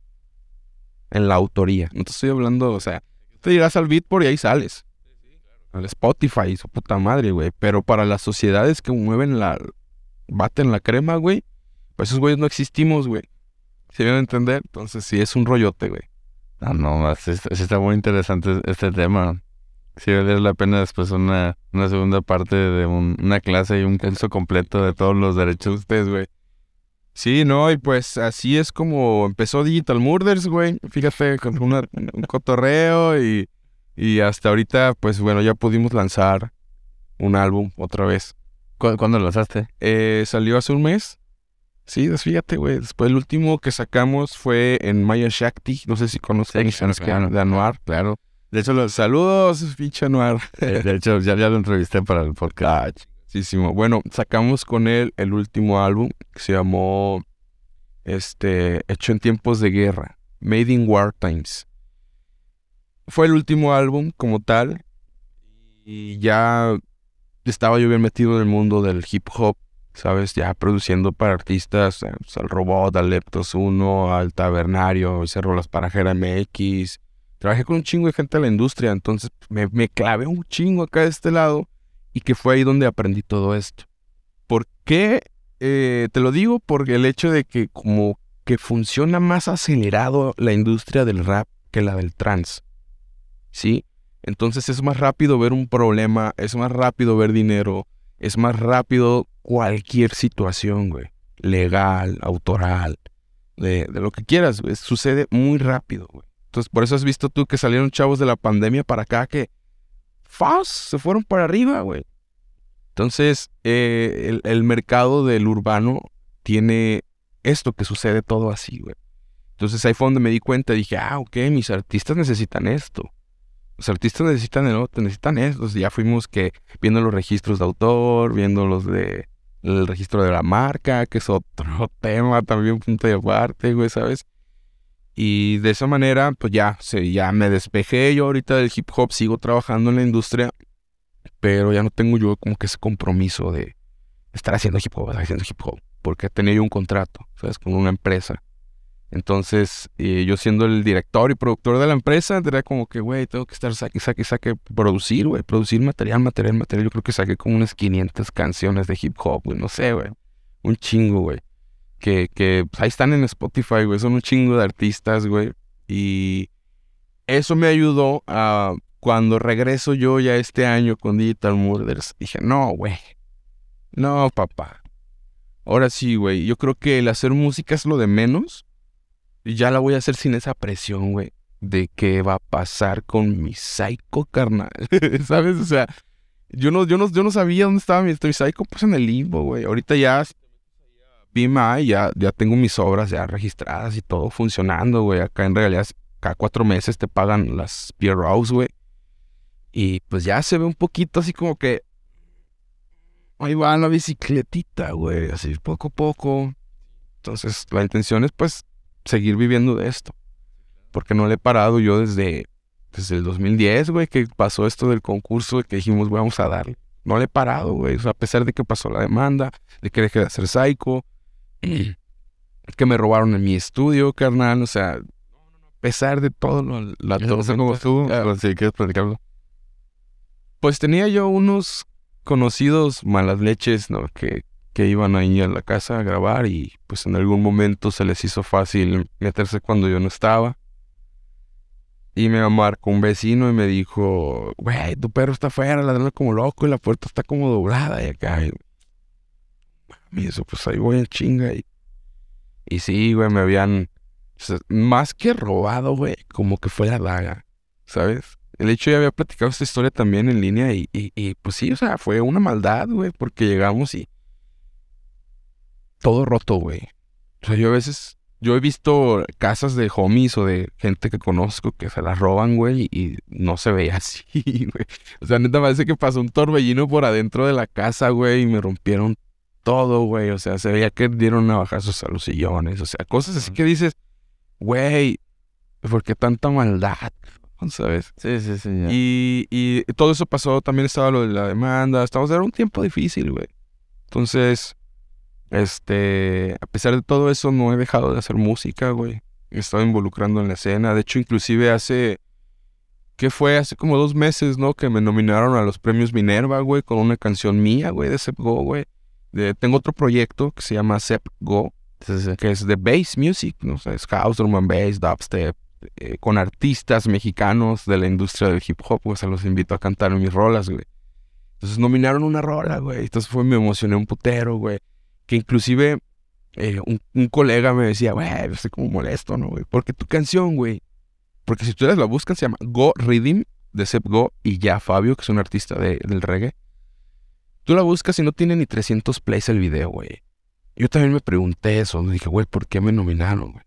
En la autoría. No te estoy hablando, o sea, te dirás al Beatport y ahí sales. Al Spotify, su puta madre, güey. Pero para las sociedades que mueven la... baten la crema, güey, pues esos güeyes no existimos, güey. ¿Se vienen a entender? Entonces sí, es un rollote, güey. Ah, no, sí, sí está muy interesante este tema. Sí vale la pena después una, una segunda parte de un- una clase y un curso completo de todos los derechos. Ustedes, güey. Sí, no, y pues así es como empezó Digital Murders, güey. Fíjate, con una- un cotorreo y, y hasta ahorita, pues bueno, ya pudimos lanzar un álbum otra vez. ¿Cu- ¿Cuándo lo lanzaste? Eh, salió hace un mes. Sí, pues fíjate, güey. Después el último que sacamos fue en Maya Shakti. No sé si conocen Sí, claro, claro. de Anuar. Claro. De hecho, los saludos, pinche Anuar. De, de hecho, ya, ya lo entrevisté para el podcast. Ah, chingoncísimo. Bueno, sacamos con él el último álbum que se llamó este, Hecho en tiempos de guerra, Made in War Times. Fue el último álbum como tal y ya estaba yo bien metido en el mundo del hip hop, ¿sabes? Ya produciendo para artistas, eh, pues, al Robot, al Leptos uno, al Tabernario, hice rolas para Jera M X. Trabajé con un chingo de gente de la industria, entonces me, me clavé un chingo acá de este lado y que fue ahí donde aprendí todo esto. ¿Por qué? Eh, te lo digo porque el hecho de que como que funciona más acelerado la industria del rap que la del trance, ¿sí? Entonces es más rápido ver un problema, es más rápido ver dinero, es más rápido cualquier situación, güey. Legal, autoral, de, de lo que quieras, güey. Sucede muy rápido, güey. Entonces por eso has visto tú que salieron chavos de la pandemia para acá que ¡fas! Se fueron para arriba, güey. Entonces eh, el, el mercado del urbano tiene esto que sucede todo así, güey. Entonces ahí fue donde me di cuenta, dije, ah, ok, mis artistas necesitan esto. Los artistas necesitan el otro, necesitan eso. Entonces ya fuimos que viendo los registros de autor, viendo los de el registro de la marca, que es otro tema también, punto de aparte, güey, ¿sabes? Y de esa manera, pues ya, se, ya me despejé yo ahorita del hip hop, sigo trabajando en la industria, pero ya no tengo yo como que ese compromiso de estar haciendo hip hop, estar haciendo hip hop, porque tenía yo un contrato, ¿sabes? Con una empresa. Entonces, eh, yo siendo el director y productor de la empresa, era como que, güey, tengo que estar saque, saque, saque, producir, güey, producir material, material, material. Yo creo que saqué como unas quinientas canciones de hip hop, güey, no sé, güey. Un chingo, güey. Que, que pues, ahí están en Spotify, güey, son un chingo de artistas, güey. Y eso me ayudó a, cuando regreso yo ya este año con Digital Murders, dije, no, güey, no, papá. Ahora sí, güey, yo creo que el hacer música es lo de menos. Y ya la voy a hacer sin esa presión, güey, de qué va a pasar con mi psycho, carnal. ¿Sabes? O sea, yo no, yo no, yo no sabía dónde estaba mi, mi psycho, pues en el limbo, güey. Ahorita ya, B M I, ya, ya tengo mis obras ya registradas y todo funcionando, güey. Acá en realidad, cada cuatro meses te pagan las P R Os, güey. Y pues ya se ve un poquito así como que ahí va la bicicletita, güey, así poco a poco. Entonces, la intención es, pues, seguir viviendo de esto. Porque no le he parado yo desde, desde el dos mil diez, güey, que pasó esto del concurso y que dijimos, güey, vamos a darle. No le he parado, güey. O sea, a pesar de que pasó la demanda, de que dejé de hacer psycho, que me robaron en mi estudio, carnal. O sea, a pesar de todo lo, la Entonces, como tú, pues, si quieres platicarlo. Pues tenía yo unos conocidos malas leches, ¿no? Que, que iban ahí a la casa a grabar y pues en algún momento se les hizo fácil meterse cuando yo no estaba. Y me marcó un vecino y me dijo, güey, tu perro está afuera ladrando como loco y la puerta está como doblada y acá. Y, y eso, pues ahí voy en chinga. Y, y sí, güey, me habían, o sea, más que robado, güey, como que fue la daga, ¿sabes? El hecho ya había platicado esta historia también en línea y, y, y pues sí, o sea, fue una maldad, güey, porque llegamos y todo roto, güey. O sea, yo a veces, yo he visto casas de homies o de gente que conozco que se las roban, güey, y no se veía así, güey. O sea, neta, parece que pasó un torbellino por adentro de la casa, güey, y me rompieron todo, güey. O sea, se veía que dieron navajazos a los sillones, o sea, cosas así que dices, güey, ¿por qué tanta maldad? ¿Sabes? Sí, sí, sí. Ya. Y, y todo eso pasó, también estaba lo de la demanda, estamos era un tiempo difícil, güey. Entonces, este, a pesar de todo eso, no he dejado de hacer música, güey. Me he estado involucrando en la escena. De hecho, inclusive hace, ¿qué fue? Hace como dos meses, ¿no? Que me nominaron a los premios Minerva, güey, con una canción mía, güey, de Sep Go, güey. De, tengo otro proyecto que se llama Sep Go, Sí, sí. que es de bass music, ¿no? O sea, es house, drum and bass, dubstep, eh, con artistas mexicanos de la industria del hip hop, güey. O sea, los invito a cantar en mis rolas, güey. Entonces nominaron una rola, güey. Entonces fue, me emocioné un putero, güey. Que inclusive eh, un, un colega me decía, güey, estoy como molesto, ¿no, güey? Porque tu canción, güey. Porque si ustedes la buscan, se llama Go Rhythm, de Sep Go, y ya Fabio, que es un artista de, del reggae. Tú la buscas y no tiene ni trescientos plays el video, güey. Yo también me pregunté eso. Me dije, güey, ¿por qué me nominaron, güey?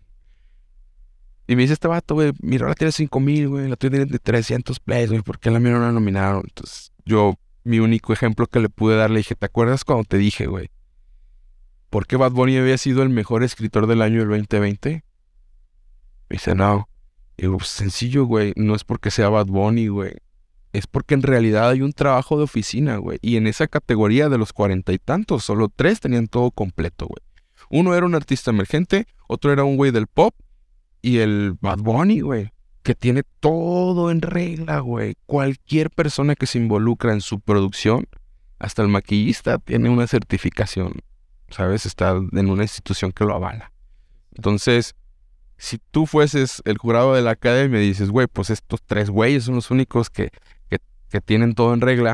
Y me dice este vato, güey, mi rola tiene cinco mil, güey. La tuya tiene trescientos plays, güey. ¿Por qué la mía no la nominaron? Entonces, yo, mi único ejemplo que le pude dar, le dije, ¿te acuerdas cuando te dije, güey? ¿Por qué Bad Bunny había sido el mejor escritor del año del veinte veinte? Me dice, no. Y digo, pues sencillo, güey. No es porque sea Bad Bunny, güey. Es porque en realidad hay un trabajo de oficina, güey. Y en esa categoría de los cuarenta y tantos, solo tres tenían todo completo, güey. Uno era un artista emergente, otro era un güey del pop, y el Bad Bunny, güey, que tiene todo en regla, güey. Cualquier persona que se involucra en su producción, hasta el maquillista, tiene una certificación, ¿sabes? Está en una institución que lo avala. Entonces, si tú fueses el jurado de la academia y dices, güey, pues estos tres güeyes son los únicos que, que, que tienen todo en regla.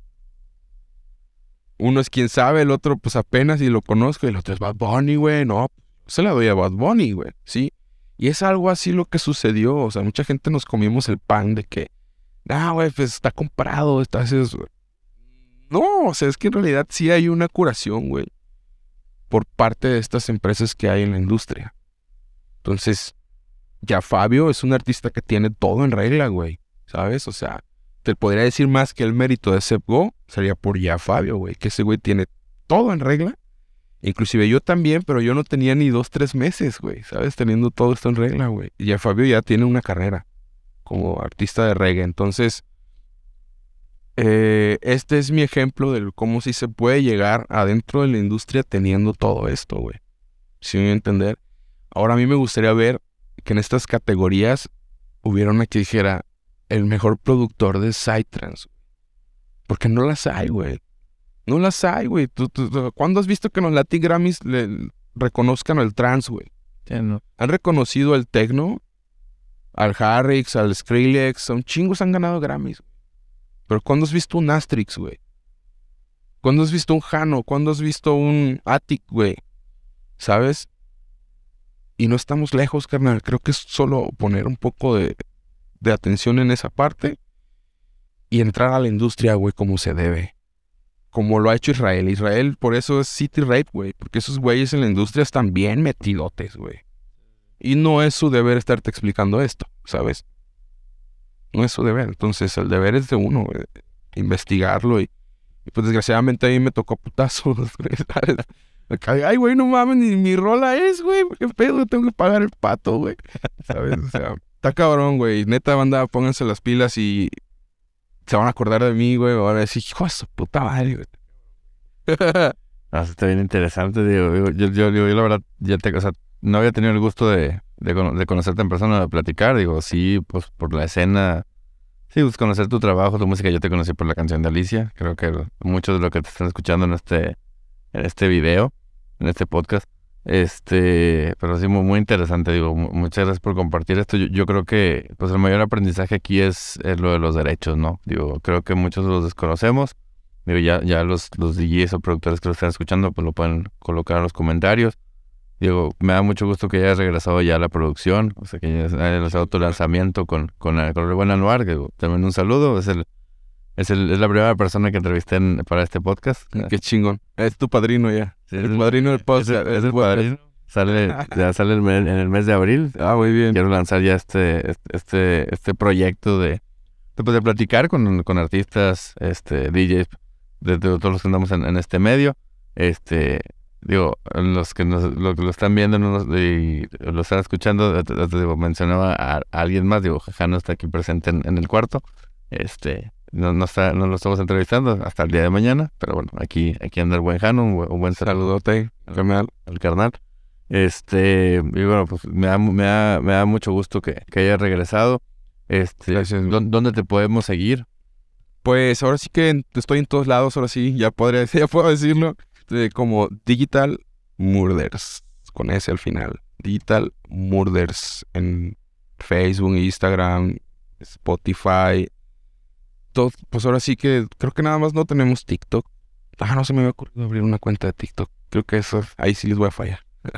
Uno es quien sabe, el otro pues apenas y lo conozco, y el otro es Bad Bunny, güey. No, se la doy a Bad Bunny, güey, ¿sí? Y es algo así lo que sucedió. O sea, mucha gente nos comimos el pan de que, ah, güey, pues está comprado, está eso. No, o sea, es que en realidad sí hay una curación, güey, por parte de estas empresas que hay en la industria. Entonces, ya Fabio es un artista que tiene todo en regla, güey, ¿sabes? O sea, te podría decir más que el mérito de Sep Go sería por ya Fabio, güey, que ese güey tiene todo en regla. Inclusive yo también, pero yo no tenía ni dos, tres meses, güey, ¿sabes? Teniendo todo esto en regla, güey. Y ya Fabio ya tiene una carrera como artista de reggae. Entonces, eh, este es mi ejemplo de cómo sí se puede llegar adentro de la industria teniendo todo esto, güey. ¿Sí me voy a entender? Ahora a mí me gustaría ver que en estas categorías hubiera una que dijera el mejor productor de Psytrance. Porque no las hay, güey. No las hay, güey. ¿Tú, tú, tú, ¿Cuándo has visto que en los Latin Grammys le reconozcan el trance, güey? Sí, no. Han reconocido al techno, al Harrix, al Skrillex. Son chingos, han ganado Grammys. Pero ¿cuándo has visto un Astrix, güey? ¿Cuándo has visto un Jano? ¿Cuándo has visto un Attic, güey? ¿Sabes? Y no estamos lejos, carnal. Creo que es solo poner un poco de, de atención en esa parte y entrar a la industria, güey, como se debe. Como lo ha hecho Israel. Israel, por eso es City Rape, güey. Porque esos güeyes en la industria están bien metidotes, güey. Y no es su deber estarte explicando esto, ¿sabes? No es su deber. Entonces, el deber es de uno, güey. Investigarlo y, y pues desgraciadamente a mí me tocó putazos, ¿sabes? Ay, güey, no mames, ni mi rola es, güey. ¿Qué pedo? Tengo que pagar el pato, güey. ¿Sabes? O sea, está cabrón, güey. Neta, banda, pónganse las pilas y se van a acordar de mí, güey. Van a decir, hijo de su puta madre, güey. Ah, está bien interesante, digo. Yo, yo, yo, yo, yo la verdad, ya te, o sea, no había tenido el gusto de, de, de conocerte en persona, de platicar. Digo, sí, pues por la escena. Sí, pues conocer tu trabajo, tu música. Yo te conocí por la canción de Alicia. Creo que muchos de los que te están escuchando en este, en este video, en este podcast, este, pero sí, muy, muy interesante. Digo, muchas gracias por compartir esto. Yo, yo creo que, pues, el mayor aprendizaje aquí es, es lo de los derechos, ¿no? Digo, creo que muchos los desconocemos. Digo, ya, ya los, los D Js o productores que lo están escuchando, pues lo pueden colocar en los comentarios. Digo, me da mucho gusto que hayas regresado ya a la producción, o sea, que hayas realizado tu lanzamiento con, con, con el buen Anuar, que también un saludo. Es el, es el, es la primera persona que entrevisté en, para este podcast. Qué chingón. Es tu padrino ya. Sí, el padrino del podcast. Es, es el padrino. Sale, ya sale el mes, en el mes de abril. Ah, muy bien. Quiero lanzar ya este, este, este proyecto de, de, pues, de platicar con, con artistas, este, D Js, de, de todos los que andamos en, en este medio. Este, digo, los que nos, lo, lo están viendo no nos- y lo están escuchando, eh, te- te digo, mencionaba a, a alguien más, digo, Jano está aquí presente en, en el cuarto, este, no, no está, no lo estamos entrevistando hasta el día de mañana, pero bueno, aquí, aquí anda el buen Jano, un, buen- un buen saludo Saludote, carnal. al carnal. Este, y bueno, pues me da, me da, me da mucho gusto que, que haya regresado. Este, Gracias. ¿dó- ¿dónde te podemos seguir? Pues ahora sí que en- estoy en todos lados, ahora sí, ya podría, ya puedo decirlo, eh, como Digital Murders, con S al final. Digital Murders en Facebook, Instagram, Spotify. Todo, pues ahora sí que creo que nada más no tenemos TikTok. Ah, no se me había ocurrido abrir una cuenta de TikTok. Creo que eso, ahí sí les voy a fallar.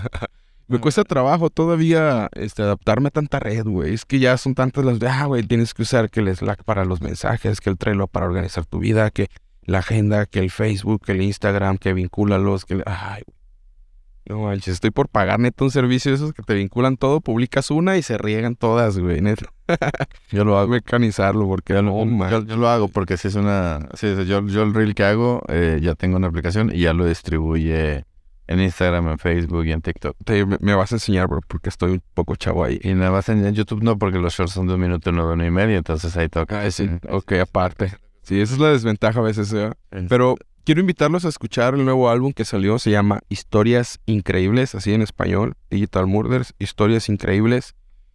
Me cuesta trabajo todavía este, adaptarme a tanta red, güey. Es que ya son tantas las de, ah, güey, tienes que usar que el Slack para los mensajes, que el Trello para organizar tu vida, que la agenda, que el Facebook, que el Instagram, que vincúlalos, que... el- Ay, güey. No manches, estoy por pagar neta un servicio de esos que te vinculan todo, publicas una y se riegan todas, güey, neta. Yo lo hago. Mecanizarlo porque Yo, no, lo- man. yo, yo lo hago porque si es una... Sí, sí, yo, yo el reel que hago, eh, ya tengo una aplicación y ya lo distribuye en Instagram, en Facebook y en TikTok. Te- me, me vas a enseñar, bro, porque estoy un poco chavo ahí. Y nada más en, en YouTube no, porque los shorts son de un minuto, no de uno y medio, entonces ahí toca. Ah, sí, Mm, ok, aparte. Sí, esa es la desventaja a veces, ¿eh? en- Pero quiero invitarlos a escuchar el nuevo álbum que salió, se llama Historias Increíbles, así en español, Digital Murders, Historias Increíbles.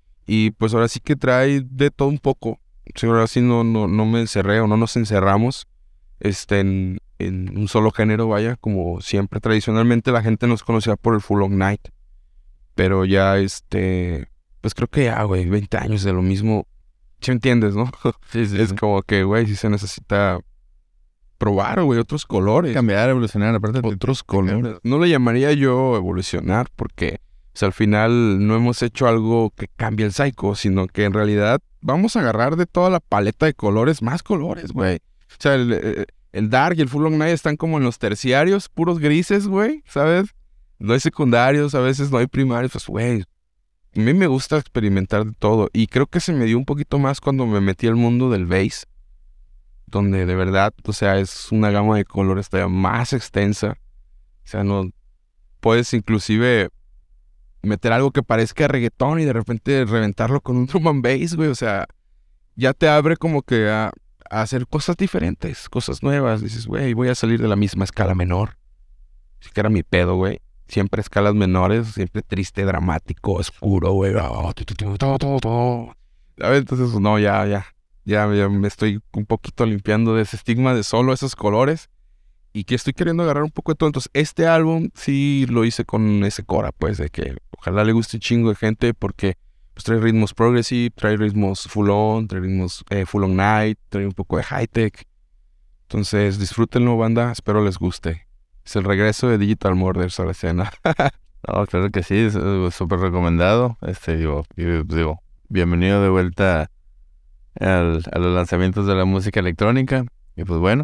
Y pues ahora sí que trae de todo un poco. Sí, ahora sí no, no, no me encerré o no nos encerramos este, en, en un solo género, vaya, como siempre tradicionalmente la gente nos conocía por el Full On Night. Pero ya, este, pues creo que ya, güey, veinte años de lo mismo. ¿Sí me entiendes, no? Sí, sí, Es sí. como que, güey, sí se necesita probar, güey, otros colores. Cambiar, evolucionar, aparte. Otros colores. No le llamaría yo evolucionar porque o sea, al final no hemos hecho algo que cambie el psycho, sino que en realidad vamos a agarrar de toda la paleta de colores más colores, güey. O sea, el, el- el dark y el full on night están como en los terciarios, puros grises, güey, ¿sabes? No hay secundarios, a veces no hay primarios, pues, güey. A mí me gusta experimentar de todo y creo que se me dio un poquito más cuando me metí al mundo del bass, donde de verdad, o sea, es una gama de colores todavía más extensa. O sea, no puedes inclusive meter algo que parezca reggaetón y de repente reventarlo con un drum and bass, güey. O sea, ya te abre como que a, a hacer cosas diferentes, cosas nuevas. Dices, güey, voy a salir de la misma escala menor. Así que era mi pedo, güey. Siempre escalas menores, siempre triste, dramático, oscuro, güey. Oh, tu, tu, tu, tu, tu, tu. ¿Sabes? Entonces, no, ya, ya. Ya, ya me estoy un poquito limpiando de ese estigma de solo esos colores. Y que estoy queriendo agarrar un poco de todo. Entonces, este álbum sí lo hice con ese cora, pues, de que ojalá le guste un chingo de gente porque pues, trae ritmos progressive, trae ritmos full on, trae ritmos eh, full on night, trae un poco de high tech. Entonces, disfrútenlo, banda. Espero les guste. Es el regreso de Digital Murders a la escena. No, claro que sí, es eh, súper recomendado. Este, digo, y, digo, bienvenido de vuelta al- a los lanzamientos de la música electrónica. Y pues bueno,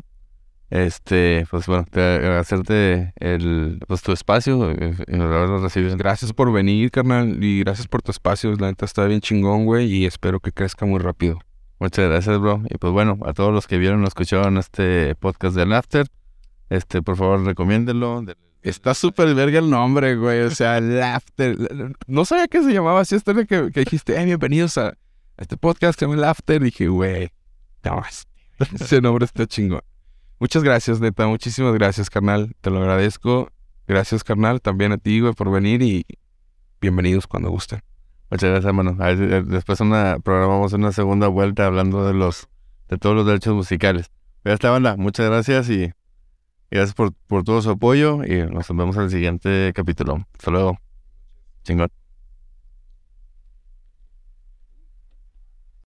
este, pues bueno, te agradecerte el, pues tu espacio, eh, y haberlo recibido. Gracias por venir, carnal. Y gracias por tu espacio. La neta está bien chingón, güey. Y espero que crezca muy rápido. Muchas gracias, bro. Y pues bueno, a todos los que vieron o escucharon este podcast del After, este, por favor, recomiéndenlo. De- Está súper verga el nombre, güey. O sea, Laughter. No sabía que se llamaba así hasta que, que dijiste, eh, bienvenidos a este podcast que se llama Laughter. Dije, güey, no, es- ese nombre está chingón. Muchas gracias, neta. Muchísimas gracias, carnal. Te lo agradezco. Gracias, carnal. También a ti, güey, por venir y bienvenidos cuando gusten. Muchas gracias, hermano. A ver, si, eh, después una, programamos una segunda vuelta hablando de los, de todos los derechos musicales. Ya está, banda. Muchas gracias y gracias por, por todo su apoyo y nos vemos en el siguiente capítulo. Hasta luego. Chingón.